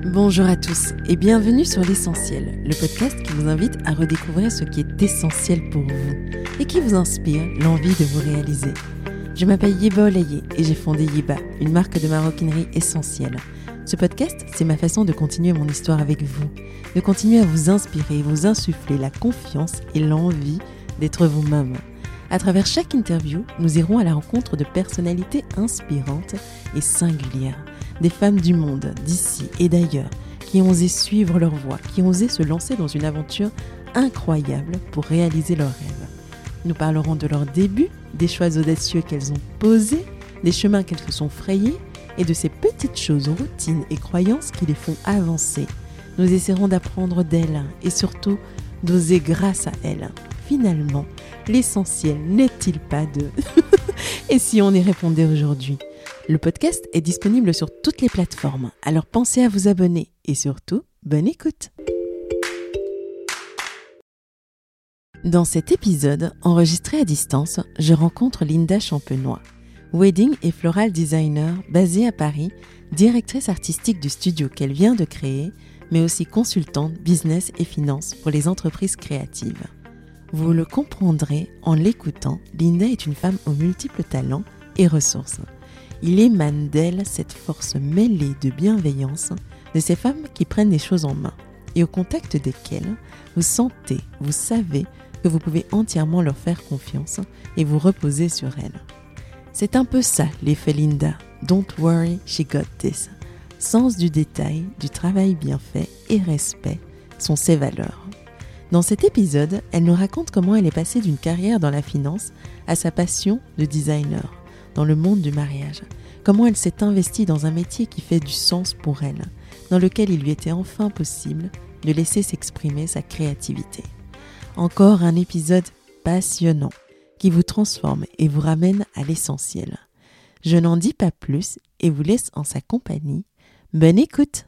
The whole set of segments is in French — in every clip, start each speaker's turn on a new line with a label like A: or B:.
A: Bonjour à tous et bienvenue sur L'Essentiel, le podcast qui vous invite à redécouvrir ce qui est essentiel pour vous et qui vous inspire l'envie de vous réaliser. Je m'appelle Yeba Olaye et j'ai fondé Yeba, une marque de maroquinerie essentielle. Ce podcast, c'est ma façon de continuer mon histoire avec vous, de continuer à vous inspirer et vous insuffler la confiance et l'envie d'être vous-même. À travers chaque interview, nous irons à la rencontre de personnalités inspirantes et singulières. Des femmes du monde, d'ici et d'ailleurs, qui ont osé suivre leur voie, qui ont osé se lancer dans une aventure incroyable pour réaliser leurs rêves. Nous parlerons de leurs débuts, des choix audacieux qu'elles ont posés, des chemins qu'elles se sont frayés et de ces petites choses, routines et croyances qui les font avancer. Nous essaierons d'apprendre d'elles et surtout d'oser grâce à elles. Finalement, l'essentiel n'est-il pas de... Et si on y répondait aujourd'hui ? Le podcast est disponible sur toutes les plateformes, alors pensez à vous abonner et surtout, bonne écoute. Dans cet épisode, enregistré à distance, je rencontre Linda Champenois, wedding et floral designer basée à Paris, directrice artistique du studio qu'elle vient de créer, mais aussi consultante business et finance pour les entreprises créatives. Vous le comprendrez en l'écoutant, Linda est une femme aux multiples talents et ressources. Il émane d'elle cette force mêlée de bienveillance de ces femmes qui prennent les choses en main et au contact desquelles vous sentez, vous savez que vous pouvez entièrement leur faire confiance et vous reposer sur elles. C'est un peu ça l'effet Linda, don't worry, she got this. Sens du détail, du travail bien fait et respect sont ses valeurs. Dans cet épisode, elle nous raconte comment elle est passée d'une carrière dans la finance à sa passion de designer dans le monde du mariage. Comment elle s'est investie dans un métier qui fait du sens pour elle, dans lequel il lui était enfin possible de laisser s'exprimer sa créativité. Encore un épisode passionnant qui vous transforme et vous ramène à l'essentiel. Je n'en dis pas plus et vous laisse en sa compagnie. Bonne écoute!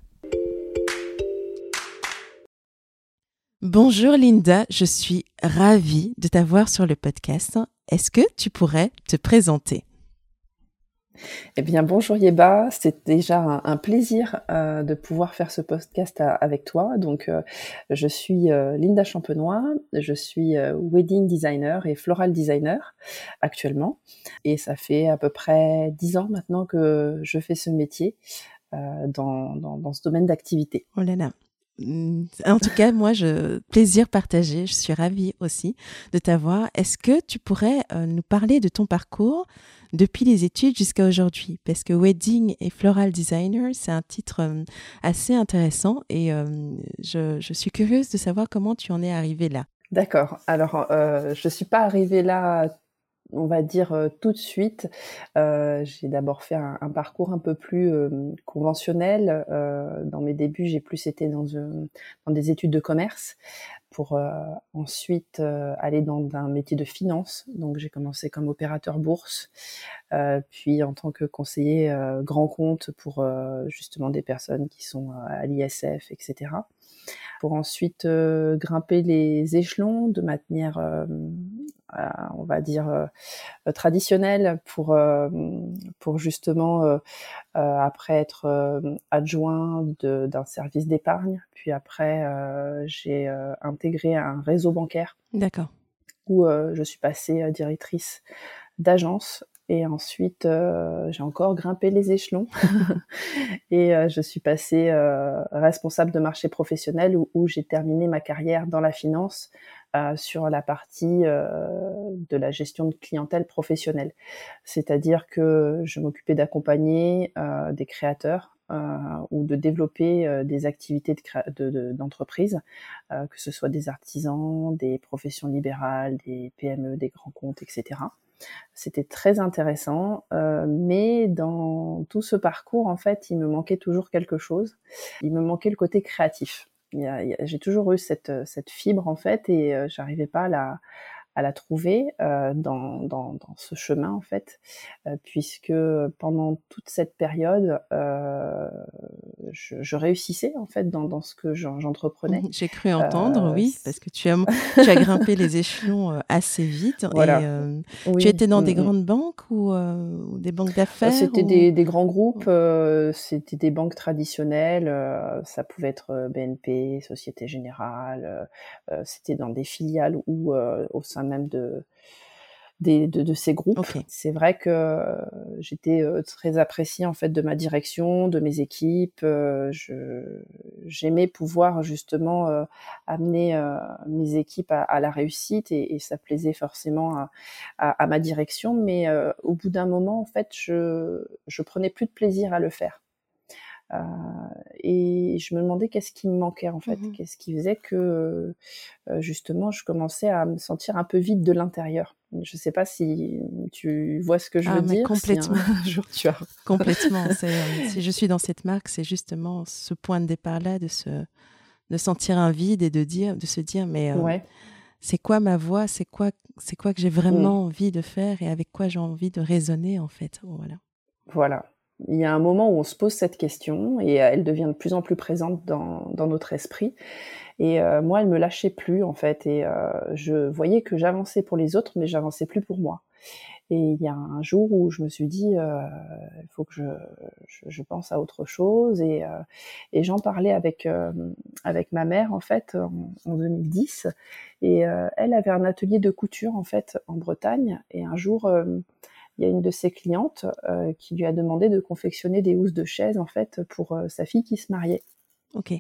A: Bonjour Linda, je suis ravie de t'avoir sur le podcast. Est-ce que tu pourrais te présenter ?
B: Eh bien, bonjour Yeba, c'est déjà un plaisir de pouvoir faire ce podcast avec toi. Donc, je suis Linda Champenois, je suis wedding designer et floral designer actuellement. Et ça fait à peu près 10 ans maintenant que je fais ce métier dans ce domaine d'activité.
A: Oh là là. En tout cas, moi, plaisir partagé. Je suis ravie aussi de t'avoir. Est-ce que tu pourrais nous parler de ton parcours depuis les études jusqu'à aujourd'hui? Parce que Wedding et Floral Designer, c'est un titre assez intéressant et je suis curieuse de savoir comment tu en es arrivée là.
B: D'accord. Alors, je suis pas arrivée là, on va dire, tout de suite. J'ai d'abord fait un parcours un peu plus conventionnel. Dans mes débuts, j'ai plus été dans des études de commerce pour ensuite aller dans un métier de finance. Donc j'ai commencé comme opérateur bourse, puis en tant que conseiller grand compte pour justement des personnes qui sont à l'ISF, etc. Pour ensuite grimper les échelons de manière, on va dire, traditionnelle pour justement après être adjoint d'un service d'épargne. Puis après, j'ai intégré un réseau bancaire.
A: D'accord.
B: Où je suis passée directrice d'agence. Et ensuite, j'ai encore grimpé les échelons et je suis passée responsable de marché professionnel où j'ai terminé ma carrière dans la finance sur la partie de la gestion de clientèle professionnelle. C'est-à-dire que je m'occupais d'accompagner des créateurs ou de développer des activités d'entreprise, que ce soit des artisans, des professions libérales, des PME, des grands comptes, etc. C'était très intéressant, mais dans tout ce parcours, en fait, il me manquait toujours quelque chose. Il me manquait le côté créatif. J'ai toujours eu cette fibre, en fait, et j'arrivais pas à la trouver dans ce chemin, en fait, puisque pendant toute cette période, je réussissais en fait dans ce que j'entreprenais.
A: J'ai cru entendre, oui,
B: C
A: parce que tu as grimpé les échelons assez vite. Et
B: Voilà.
A: tu
B: Oui,
A: étais dans des grandes banques ou des banques d'affaires
B: c'était
A: ou...
B: des grands groupes, c'était des banques traditionnelles, ça pouvait être, BNP, Société Générale, c'était dans des filiales ou, au sein même de ces groupes.
A: Ok,
B: C'est vrai que j'étais, très appréciée en fait de ma direction, de mes équipes, j'aimais pouvoir justement, amener, mes équipes à la réussite et ça plaisait forcément à ma direction. Mais, au bout d'un moment en fait, je prenais plus de plaisir à le faire. Heu et je me demandais qu'est-ce qui me manquait en fait?
A: mhm.
B: Qu'est-ce qui faisait que, justement je commençais à me sentir un peu vide de l'intérieur? Je sais pas si tu vois ce que je veux
A: Ah, mais
B: dire? Si un
A: complètement.
B: jour tu as
A: Complètement. Si je suis dans cette marque, c'est justement ce point de départ-là, de sentir un vide et de se dire, mais
B: ouais,
A: c'est quoi ma voix? C'est quoi que j'ai
B: mmh,
A: vraiment envie de faire et avec quoi j'ai envie de résonner, en fait. Voilà.
B: voilà. Il y a un moment où on se pose cette question et elle devient de plus en plus présente dans notre esprit et moi, elle me lâchait plus en fait et je voyais que j'avançais pour les autres, mais j'avançais plus pour moi. Et il y a un jour où je me suis dit, «Il faut que je pense à autre chose» et j'en parlais avec ma mère, en fait, en 2010 et elle avait un atelier de couture, en fait, en Bretagne et un jour, il y a une de ses clientes, qui lui a demandé de confectionner des housses de chaise, en fait, pour, sa fille qui se mariait.
A: Ok.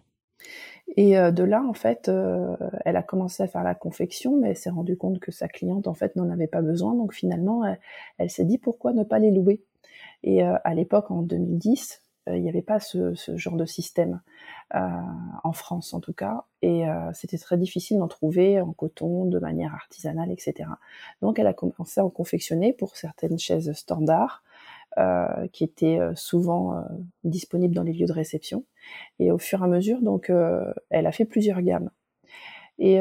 B: Et de là, en fait, elle a commencé à faire la confection, mais elle s'est rendue compte que sa cliente, en fait, n'en avait pas besoin. Donc finalement, elle s'est dit: «Pourquoi ne pas les louer?» et à l'époque, en 2010, il n'y avait pas ce genre de système, heu, en France en tout cas et c'était très difficile d'en trouver en coton, de manière artisanale et cetera. Donc elle a commencé à en confectionner pour certaines chaises standards, qui étaient, souvent, disponibles dans les lieux de réception et au fur et à mesure donc elle a fait plusieurs gammes et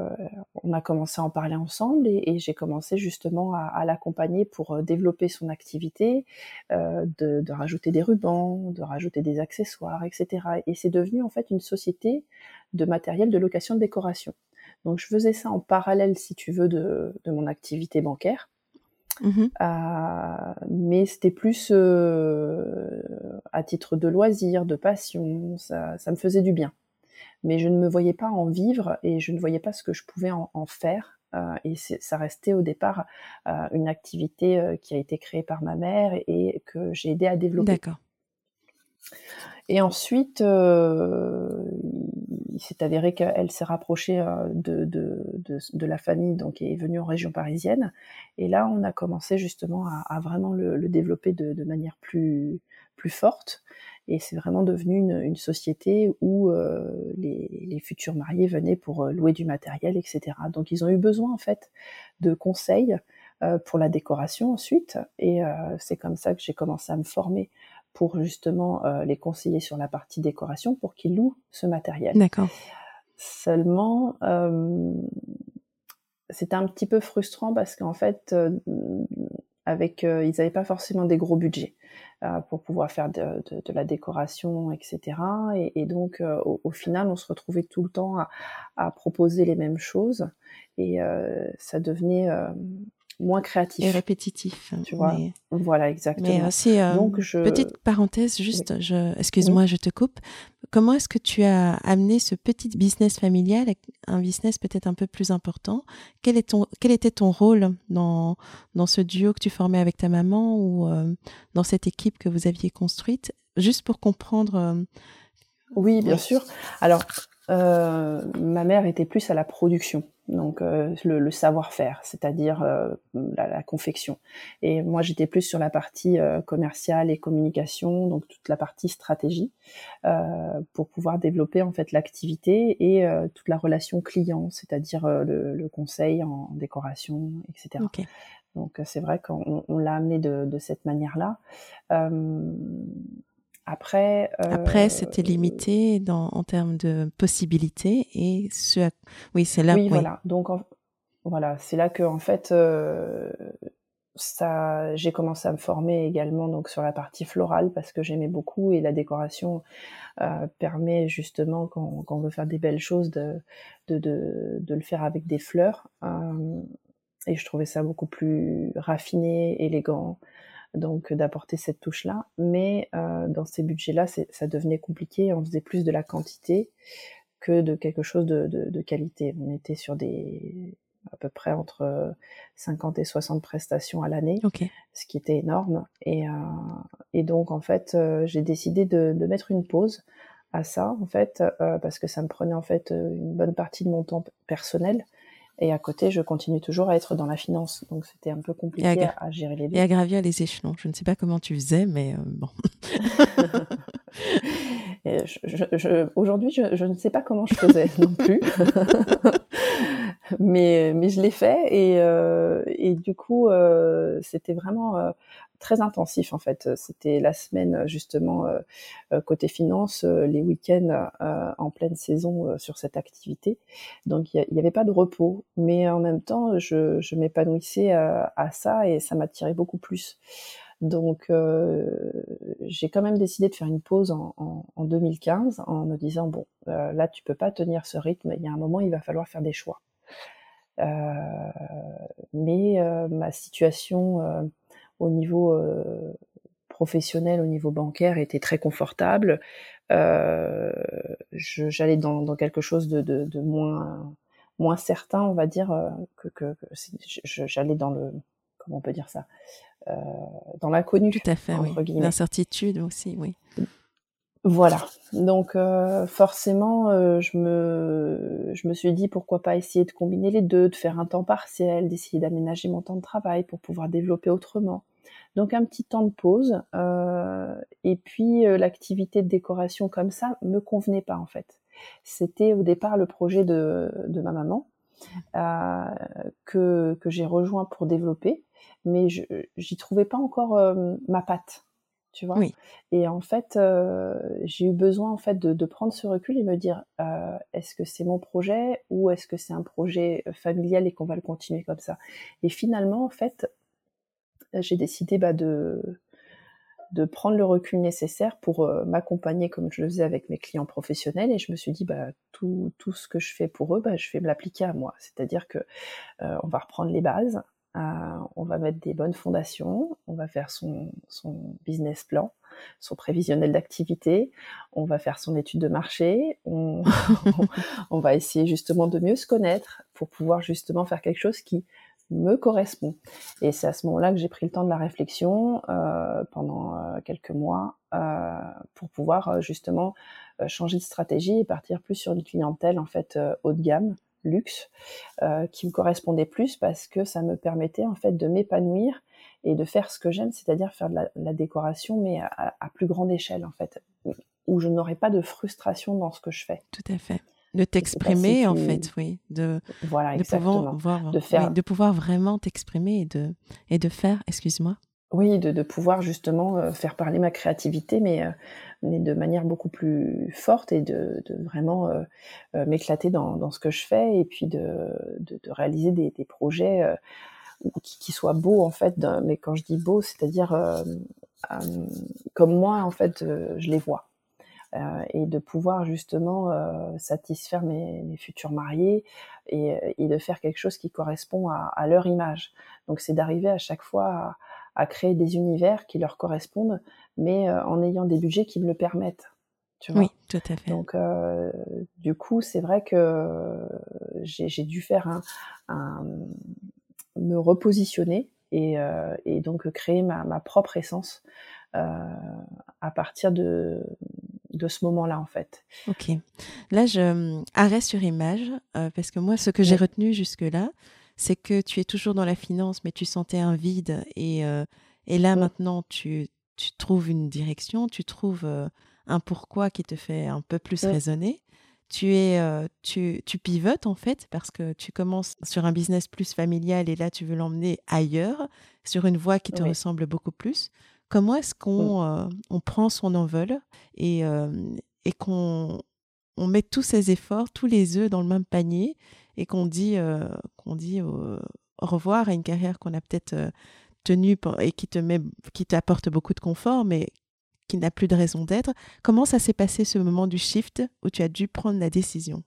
B: on a commencé à en parler ensemble et j'ai commencé justement à l'accompagner pour, développer son activité, de rajouter des rubans, de rajouter des accessoires et cetera et c'est devenu en fait une société de matériel de location de décoration. Donc je faisais ça en parallèle si tu veux de mon activité bancaire,
A: Mhm.
B: mais c'était plus, à titre de loisir, de passion, ça me faisait du bien. Mais je ne me voyais pas en vivre et je ne voyais pas ce que je pouvais en faire, et ça restait au départ, une activité, qui a été créée par ma mère et que j'ai aidé à développer.
A: D'accord.
B: Et ensuite, il s'est avéré qu'elle s'est rapprochée, de la famille, donc est venue en région parisienne et là, on a commencé justement à vraiment le développer de manière plus forte et c'est vraiment devenu une société où, les futurs mariés venaient pour, louer du matériel et cetera. Donc ils ont eu besoin, en fait, de conseils, pour la décoration ensuite et c'est comme ça que j'ai commencé à me former pour justement, les conseiller sur la partie décoration pour qu'ils louent ce matériel.
A: D'accord.
B: Seulement, c'était un petit peu frustrant parce qu'en fait, avec, ils n'avaient pas forcément des gros budgets, pour pouvoir faire de la décoration et cetera et donc, au final, on se retrouvait tout le temps à proposer les mêmes choses et ça devenait, moins
A: Et
B: créatif,
A: répétitif.
B: tu vois?
A: Mais
B: Voilà,
A: Mais
B: exactement.
A: c'est
B: Donc
A: petite parenthèse,
B: oui.
A: juste,
B: Mmh.
A: excuse-moi, je te coupe. Comment est-ce que tu as amené ce petit business familial à un business peut-être un peu plus important? Quel était ton rôle dans ce duo que tu formais avec ta maman ou dans cette équipe que vous aviez construite? Juste pour comprendre.
B: Oui, bien
A: Oui,
B: sûr. Alors, ma mère était plus à la production, donc le savoir-faire, c'est-à-dire, la confection et moi, j'étais plus sur la partie, commerciale et communication, donc toute la partie stratégie, pour pouvoir développer, en fait, l'activité et toute la relation client, c'est-à-dire, le conseil en décoration et cetera.
A: ok.
B: Donc c'est vrai qu'on l'a amené de cette manière-là. Hem, après,
A: Après, c'était limité en termes de possibilités et oui, c'est là,
B: oui,
A: oui.
B: voilà, donc voilà, c'est là que en fait, j'ai commencé à me former également donc sur la partie florale parce que j'aimais beaucoup et la décoration permet justement quand on veut faire des belles choses de le faire avec des fleurs. Et je trouvais ça beaucoup plus raffiné, élégant, donc d'apporter cette touche-là. Mais dans ces budgets-là, ça devenait compliqué. On faisait plus de la quantité que de quelque chose de qualité. On était sur à peu près entre 50 et 60 prestations à l'année, ce qui était énorme. Et donc, en fait, j'ai décidé de mettre une pause à ça, en fait, parce que ça me prenait en fait une bonne partie de mon temps personnel. Et à côté, je continue toujours à être dans la finance. Donc, c'était un peu compliqué à gérer les deux.
A: Et à gravir les échelons. Je ne sais pas comment tu faisais, mais bon.
B: Et aujourd'hui, je ne sais pas comment je faisais non plus. mais je l'ai fait. Et du coup, c'était vraiment très intensif, en fait. C'était la semaine, justement, côté finance, les week-ends en pleine saison sur cette activité. Donc, il n'y avait pas de repos. Mais en même temps, je m'épanouissais à ça et ça m'attirait beaucoup plus. Donc, j'ai quand même décidé de faire une pause en 2015 en me disant, bon, là, tu peux pas tenir ce rythme. Il y a un moment, il va falloir faire des choix. Mais ma situation au niveau professionnel, au niveau bancaire, était très confortable. J'allais dans quelque chose de moins certain, on va dire, j'allais dans le... Comment on peut dire ça ? Dans l'inconnu.
A: Tout à fait,
B: entre guillemets.
A: L'incertitude aussi, oui.
B: Voilà. Donc forcément, je me suis dit pourquoi pas essayer de combiner les deux, de faire un temps partiel, d'essayer d'aménager mon temps de travail pour pouvoir développer autrement. Donc un petit temps de pause. Et puis l'activité de décoration comme ça me convenait pas en fait. C'était au départ le projet de ma maman que j'ai rejoint pour développer, mais j'y trouvais pas encore ma patte. Tu vois.
A: Oui.
B: Et en fait, j'ai eu besoin en fait de prendre ce recul et me dire est-ce que c'est mon projet ou est-ce que c'est un projet familial et qu'on va le continuer comme ça. Et finalement, en fait, j'ai décidé de prendre le recul nécessaire pour m'accompagner comme je le faisais avec mes clients professionnels. Et je me suis dit tout ce que je fais pour eux, je vais me l'appliquer à moi. C'est-à-dire que on va reprendre les bases. On va mettre des bonnes fondations, on va faire son business plan, son prévisionnel d'activité, on va faire son étude de marché, on va essayer justement de mieux se connaître pour pouvoir justement faire quelque chose qui me correspond. Et c'est à ce moment-là que j'ai pris le temps de la réflexion pendant quelques mois pour pouvoir justement changer de stratégie et partir plus sur une clientèle en fait haut de gamme, luxe, qui me correspondait plus parce que ça me permettait en fait de m'épanouir et de faire ce que j'aime, c'est-à-dire faire de la décoration mais à plus grande échelle en fait, où je n'aurais pas de frustration dans ce que je fais.
A: Tout à fait. De t'exprimer en fait, oui,
B: voilà, exactement.
A: De pouvoir vraiment t'exprimer et de faire, excuse-moi.
B: Oui, de pouvoir justement faire parler ma créativité, mais de manière beaucoup plus forte et de vraiment m'éclater dans ce que je fais et puis de réaliser des projets qui soient beaux en fait. Mais quand je dis beaux, c'est-à-dire comme moi en fait je les vois. Et de pouvoir justement satisfaire mes futurs mariés et de faire quelque chose qui correspond à leur image. Donc c'est d'arriver à chaque fois à créer des univers qui leur correspondent, mais en ayant des budgets qui me le permettent. Tu vois ?
A: Oui, tout à fait.
B: Donc du coup, c'est vrai que j'ai dû faire me repositionner et donc créer ma propre essence à partir de ce moment-là, en fait.
A: Ok. Là, arrêt sur image, parce que moi, ce que j'ai retenu jusque-là, c'est que tu es toujours dans la finance, mais tu sentais un vide. Et là, maintenant, tu trouves une direction, tu trouves un pourquoi qui te fait un peu plus résonner. Tu pivotes, en fait, parce que tu commences sur un business plus familial et là, tu veux l'emmener ailleurs, sur une voie qui te ressemble beaucoup plus. Comment est-ce qu'on on prend son envol et qu'on met tous ses efforts, tous les œufs dans le même panier et qu'on dit au revoir à une carrière qu'on a peut-être soutenu et qui t'apporte beaucoup de confort, mais qui n'a plus de raison d'être. Comment ça s'est passé ce moment du shift où tu as dû prendre la décision?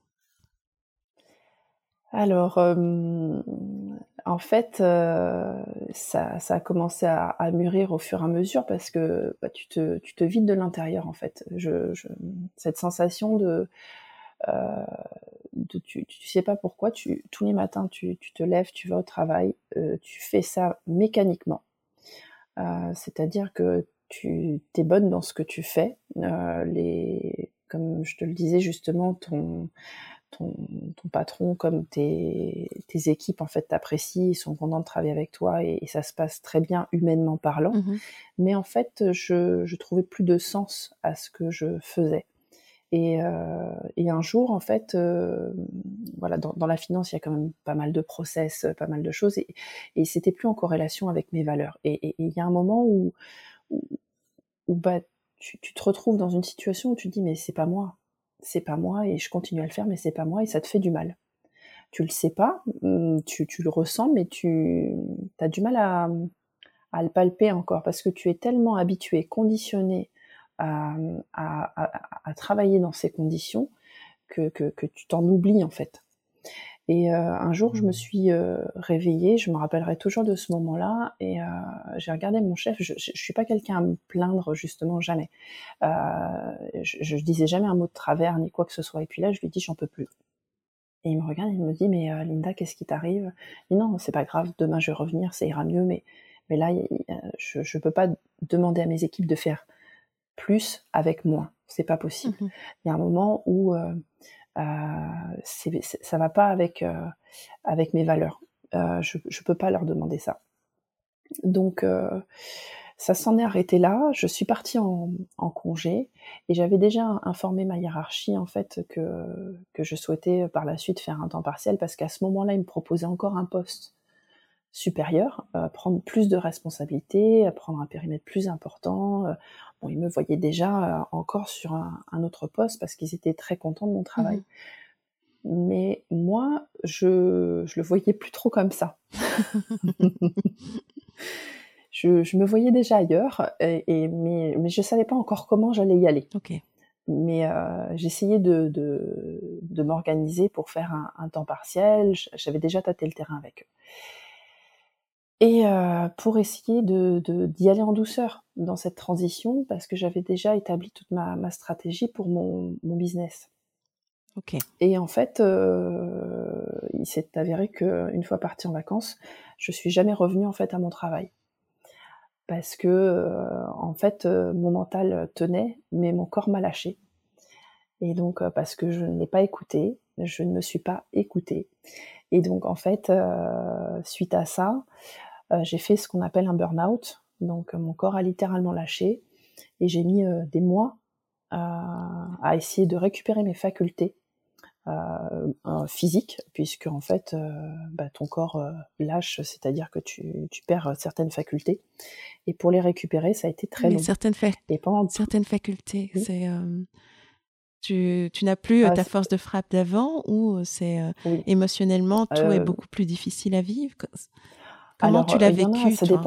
B: Alors, en fait, ça a commencé à mûrir au fur et à mesure parce que, bah, tu te vides de l'intérieur, en fait. Cette sensation heu, tu sais pas pourquoi, tous les matins, tu te lèves, tu vas au travail, tu fais ça mécaniquement. C'est-à-dire que tu es bonne dans ce que tu fais. Comme je te le disais justement, ton ton patron comme tes équipes, en fait, t'apprécient, ils sont contents de travailler avec toi et ça se passe très bien humainement parlant.
A: Mmh.
B: Mais en fait, je trouvais plus de sens à ce que je faisais et un jour, en fait, voilà, dans la finance, il y a quand même pas mal de process, pas mal de choses et c'était plus en corrélation avec mes valeurs et il y a un moment où bah, tu te retrouves dans une situation où tu te dis: «Mais c'est pas moi et je continue à le faire, mais c'est pas moi» et ça te fait du mal. Tu le sais pas, tu le ressens, mais tu as du mal à le palper encore parce que tu es tellement habitué, conditionné à travailler dans ces conditions que tu t'en oublies, en fait. Et un jour, je me suis, réveillée, je me rappellerai toujours de ce moment-là et j'ai regardé mon chef. Je suis pas quelqu'un à me plaindre, justement, jamais. Heu, je disais jamais un mot de travers ni quoi que ce soit et puis là, je lui dis: «J'en peux plus». Et il me regarde, il me dit: «Mais Linda, qu'est-ce qui t'arrive?» Je dis: «Non, c'est pas grave, demain je vais revenir, ça ira mieux, mais là, je peux pas demander à mes équipes de faire plus avec moins, c'est pas possible».
A: Mmh.
B: Il y a un moment où, heu, ça va pas avec mes valeurs. Je peux pas leur demander ça. Donc ça s'en est arrêté là. Je suis partie en congé et j'avais déjà informé ma hiérarchie, en fait, que je souhaitais, par la suite faire un temps partiel parce qu'à ce moment-là, ils me proposaient encore un poste supérieur, prendre plus de responsabilités, prendre un périmètre plus important, bon, ils me voyaient déjà, encore sur un autre poste parce qu'ils étaient très contents de mon travail.
A: Mmh.
B: Mais moi, je le voyais plus trop comme ça. Je me voyais déjà ailleurs mais je savais pas encore comment j'allais y aller.
A: OK.
B: Mais j'essayais de m'organiser pour faire un temps partiel. J'avais déjà tâté le terrain avec eux et pour essayer d'y aller en douceur dans cette transition parce que j'avais déjà établi toute ma stratégie pour mon business
A: OK.
B: et en fait, il s'est avéré qu'une fois partie en vacances, je suis jamais revenue, en fait, à mon travail. Parce que, en fait, mon mental tenait, mais mon corps m'a lâché et donc parce que je ne l'ai pas écouté, je ne me suis pas écoutée et donc en fait, suite à ça, j'ai fait ce qu'on appelle un burn-out. Donc mon corps a littéralement lâché et j'ai mis, des mois à essayer de récupérer mes facultés, physiques puisque en fait, bah, ton corps, lâche, c'est-à-dire que tu perds, certaines facultés et pour les récupérer, ça a été très
A: Mais
B: long et pendant tout
A: certaines facultés,
B: oui,
A: tu n'as plus, ta
B: c'est
A: force de frappe d'avant ou
B: oui,
A: émotionnellement, tout est
B: heu,
A: beaucoup plus difficile à vivre? Comment tu
B: alors,
A: l'as
B: il y en a,
A: vécu, toi?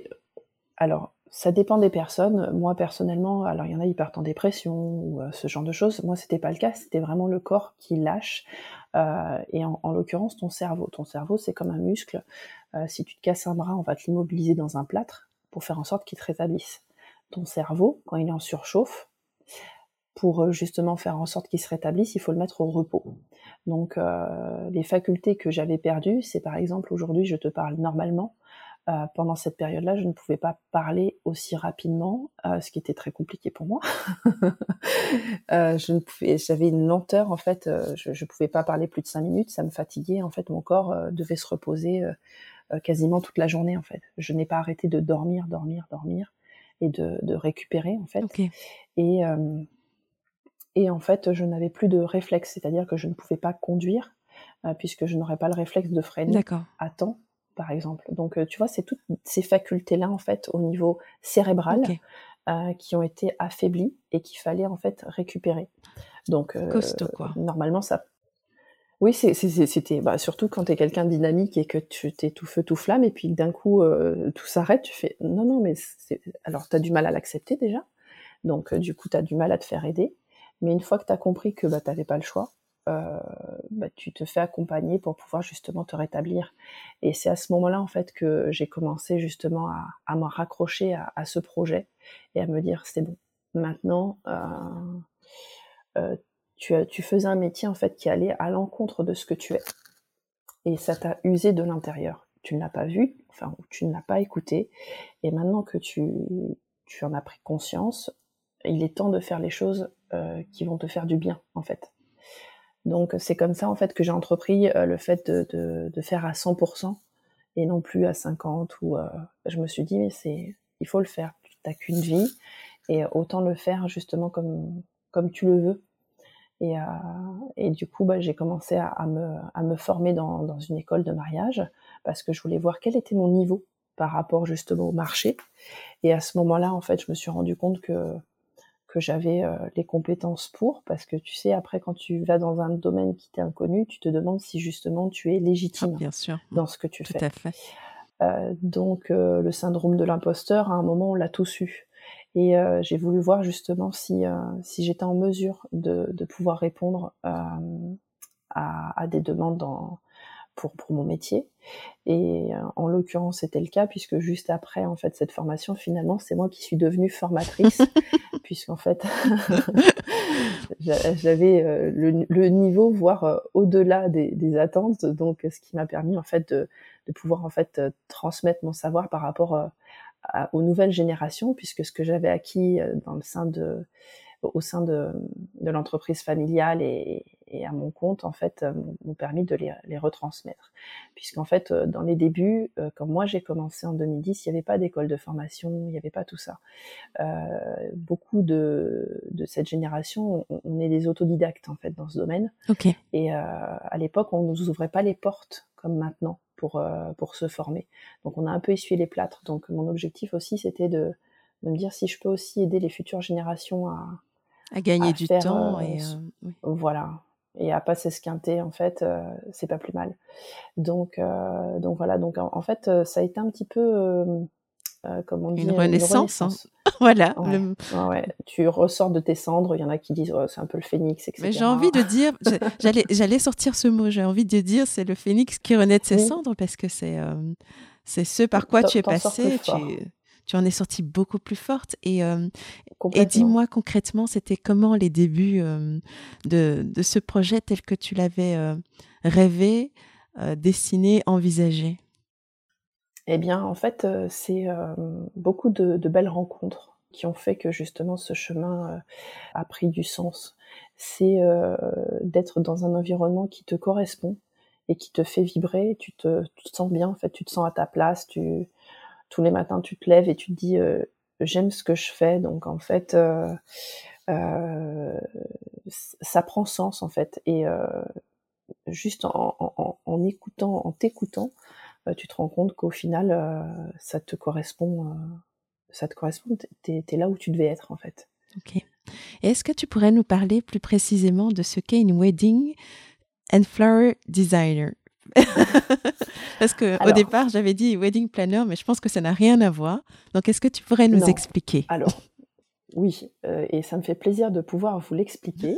B: ça dépend des personnes. Moi, personnellement, alors il y en a, ils partent en dépression ou ce genre de choses. Moi, c'était pas le cas, c'était vraiment le corps qui lâche, et en l'occurrence, ton cerveau. Ton cerveau, c'est comme un muscle, si tu te casses un bras, on va te l'immobiliser dans un plâtre pour faire en sorte qu'il te rétablisse. Ton cerveau, quand il est en surchauffe, pour, justement faire en sorte qu'il se rétablisse, il faut le mettre au repos. Donc les facultés que j'avais perdues, c'est par exemple aujourd'hui je te parle normalement, pendant cette période-là, je ne pouvais pas parler aussi rapidement, ce qui était très compliqué pour moi. Je ne pouvais J'avais une lenteur en fait, je pouvais pas parler plus de 5 minutes, ça me fatiguait en fait, mon corps, devait se reposer, quasiment toute la journée en fait. Je n'ai pas arrêté de dormir, dormir, dormir et de récupérer en fait
A: OK,
B: et hem et en fait, je n'avais plus de réflexe, c'est-à-dire que je ne pouvais pas conduire, puisque je n'aurais pas le réflexe de freiner
A: d'accord.
B: à temps, par exemple. Donc, tu vois, c'est toutes ces facultés-là, en fait, au niveau cérébral,
A: OK,
B: qui ont été affaiblies et qu'il fallait, en fait, récupérer. Donc,
A: costaud, quoi.
B: normalement, ça Oui, c'était surtout quand tu es quelqu'un de dynamique et que tu es tout feu, tout flamme et puis que d'un coup, tout s'arrête, tu fais: «Non, non, mais c'est» alors tu as du mal à l'accepter déjà, donc du coup, tu as du mal à te faire aider. Mais une fois que tu as compris que, tu avais pas le choix, heu, tu te fais accompagner pour pouvoir justement te rétablir. Et c'est à ce moment-là, en fait, que j'ai commencé justement à me raccrocher à ce projet et à me dire: «C'est bon, maintenant, tu faisais un métier, en fait, qui allait à l'encontre de ce que tu es et ça t'a usé de l'intérieur. Tu ne l'as pas vu, enfin, tu ne l'as pas écouté et maintenant que tu en as pris conscience, il est temps de faire les choses, qui vont te faire du bien, en fait. Donc c'est comme ça, en fait, que j'ai entrepris, le fait de faire à 100 et non plus à 50 ou je me suis dit: «Mais il faut le faire. Tu n'as qu'une vie et autant le faire justement comme tu le veux». Et, heu, et du coup, j'ai commencé à me former dans une école de mariage parce que je voulais voir quel était mon niveau par rapport justement au marché. Et à ce moment-là, en fait, je me suis rendu compte que j'avais, les compétences pour, parce que tu sais, après, quand tu vas dans un domaine qui t'est inconnu, tu te demandes si justement tu es
A: Ah,
B: légitime
A: bien sûr,
B: dans ce que tu
A: tout
B: fais.
A: à fait.
B: Donc le syndrome de l'imposteur, à un moment, on l'a tous eu. Et j'ai voulu voir justement si j'étais en mesure de pouvoir répondre, à des demandes pour mon métier. Et en l'occurrence, c'était le cas puisque juste après, en fait, cette formation, finalement, c'est moi qui suis devenue formatrice puisqu'en fait, j'avais, le niveau, voire, au-delà des attentes, donc ce qui m'a permis, en fait, de pouvoir, en fait, transmettre mon savoir par rapport, aux nouvelles générations, puisque ce que j'avais acquis, dans le sein au sein de l'entreprise familiale et à mon compte, en fait, m'ont permis de les retransmettre. Puisqu'en fait, dans les débuts, quand moi j'ai commencé en 2010, il n'y avait pas d'école de formation, il n'y avait pas tout ça. Beaucoup de cette génération, on est des autodidactes, en fait, dans ce domaine.
A: OK.
B: Et à l'époque, on nous ouvrait pas les portes comme maintenant pour se former. Donc on a un peu essuyé les plâtres. Donc mon objectif aussi, c'était de me dire si je peux aussi aider les futures générations
A: À gagner
B: à
A: du
B: faire,
A: temps et oui.
B: voilà, et à pas s'esquinter, en fait, c'est pas plus mal. Donc voilà, donc en fait, ça a été un petit peu, comme on dit,
A: Une
B: une
A: renaissance, hein.
B: renaissance.
A: Voilà,
B: Ouais, ouais, ouais. Tu ressors de tes cendres, il y en a qui disent: «Oh, c'est un peu le phénix» et
A: mais j'ai
B: cetera.
A: envie de dire, j'allais sortir ce mot, j'ai envie de dire, c'est le phénix qui renaît de ses
B: Oui,
A: cendres parce que c'est ce par quoi tu es
B: tu sors plus
A: passée,
B: fort,
A: tu en es sortie beaucoup plus forte et
B: complètement.
A: dis-moi concrètement, c'était comment les débuts, de ce projet tel que tu l'avais, rêvé, dessiné, envisagé?
B: Eh bien, en fait, c'est, beaucoup de belles rencontres qui ont fait que justement ce chemin, a pris du sens. C'est, d'être dans un environnement qui te correspond et qui te fait vibrer. Tu te sens bien, en fait, tu te sens à ta place. Tous les matins, tu te lèves et tu te dis, «J'aime ce que je fais», donc en fait, heu, ça prend sens, en fait. Et juste en t'écoutant, tu te rends compte qu'au final, ça te correspond. Tu es là où tu devais être, en fait.
A: OK. Et est-ce que tu pourrais nous parler plus précisément de ce qu'est une wedding and flower designer? Parce qu'au
B: Alors,
A: départ, j'avais dit wedding planner, mais je pense que ça n'a rien à voir. Donc, est-ce que tu pourrais nous
B: non.
A: expliquer?
B: Alors, oui, et ça me fait plaisir de pouvoir vous l'expliquer.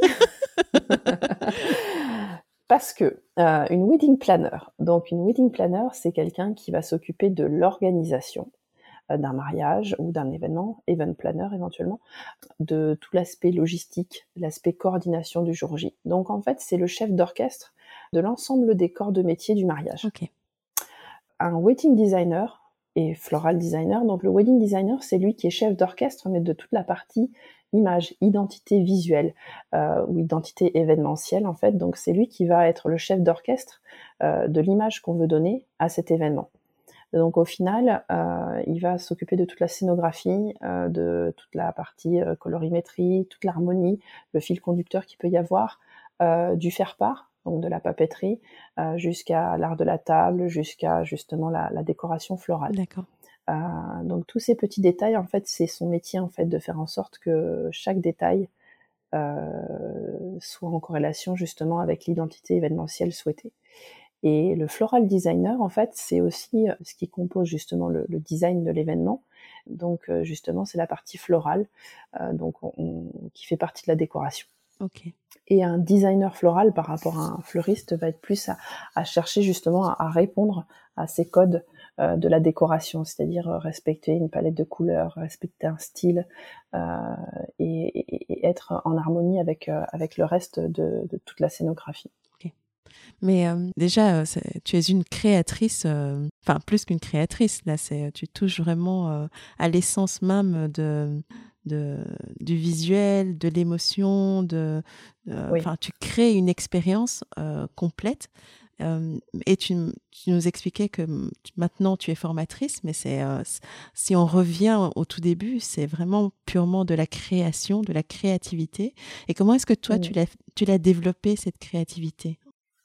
B: Parce que, une wedding planner, c'est quelqu'un qui va s'occuper de l'organisation, d'un mariage ou d'un événement, event planner éventuellement, de tout l'aspect logistique, l'aspect coordination du jour J. Donc en fait, c'est le chef d'orchestre de l'ensemble des corps de métier du mariage.
A: OK.
B: Un wedding designer et floral designer, donc le wedding designer, c'est lui qui est chef d'orchestre, mais de toute la partie image, identité visuelle, ou identité événementielle, en fait. Donc c'est lui qui va être le chef d'orchestre, de l'image qu'on veut donner à cet événement. Donc au final, il va s'occuper de toute la scénographie, de toute la partie, colorimétrie, toute l'harmonie, le fil conducteur qu'il peut y avoir, du faire-part, donc de la papeterie, jusqu'à l'art de la table, jusqu'à justement la décoration florale.
A: D'accord.
B: Donc tous ces petits détails, en fait, c'est son métier, en fait, de faire en sorte que chaque détail, heu, soit en corrélation justement avec l'identité événementielle souhaitée. Et le floral designer, en fait, c'est aussi ce qui compose justement le design de l'événement. Donc justement, c'est la partie florale, donc qui fait partie de la décoration.
A: Ok.
B: Et un designer floral par rapport à un fleuriste va être plus à chercher justement à répondre à ces codes de la décoration, c'est-à-dire respecter une palette de couleurs, respecter un style et être en harmonie avec le reste de toute la scénographie.
A: Ok. Mais déjà, tu es une créatrice, enfin plus qu'une créatrice, là, tu touches vraiment à l'essence même du visuel, de l'émotion,
B: Oui.
A: enfin, tu crées une expérience complète. Et tu nous expliquais que maintenant tu es formatrice, mais si on revient au tout début, c'est vraiment purement de la création, de la créativité. Et comment est-ce que toi, tu l'as développée, cette créativité?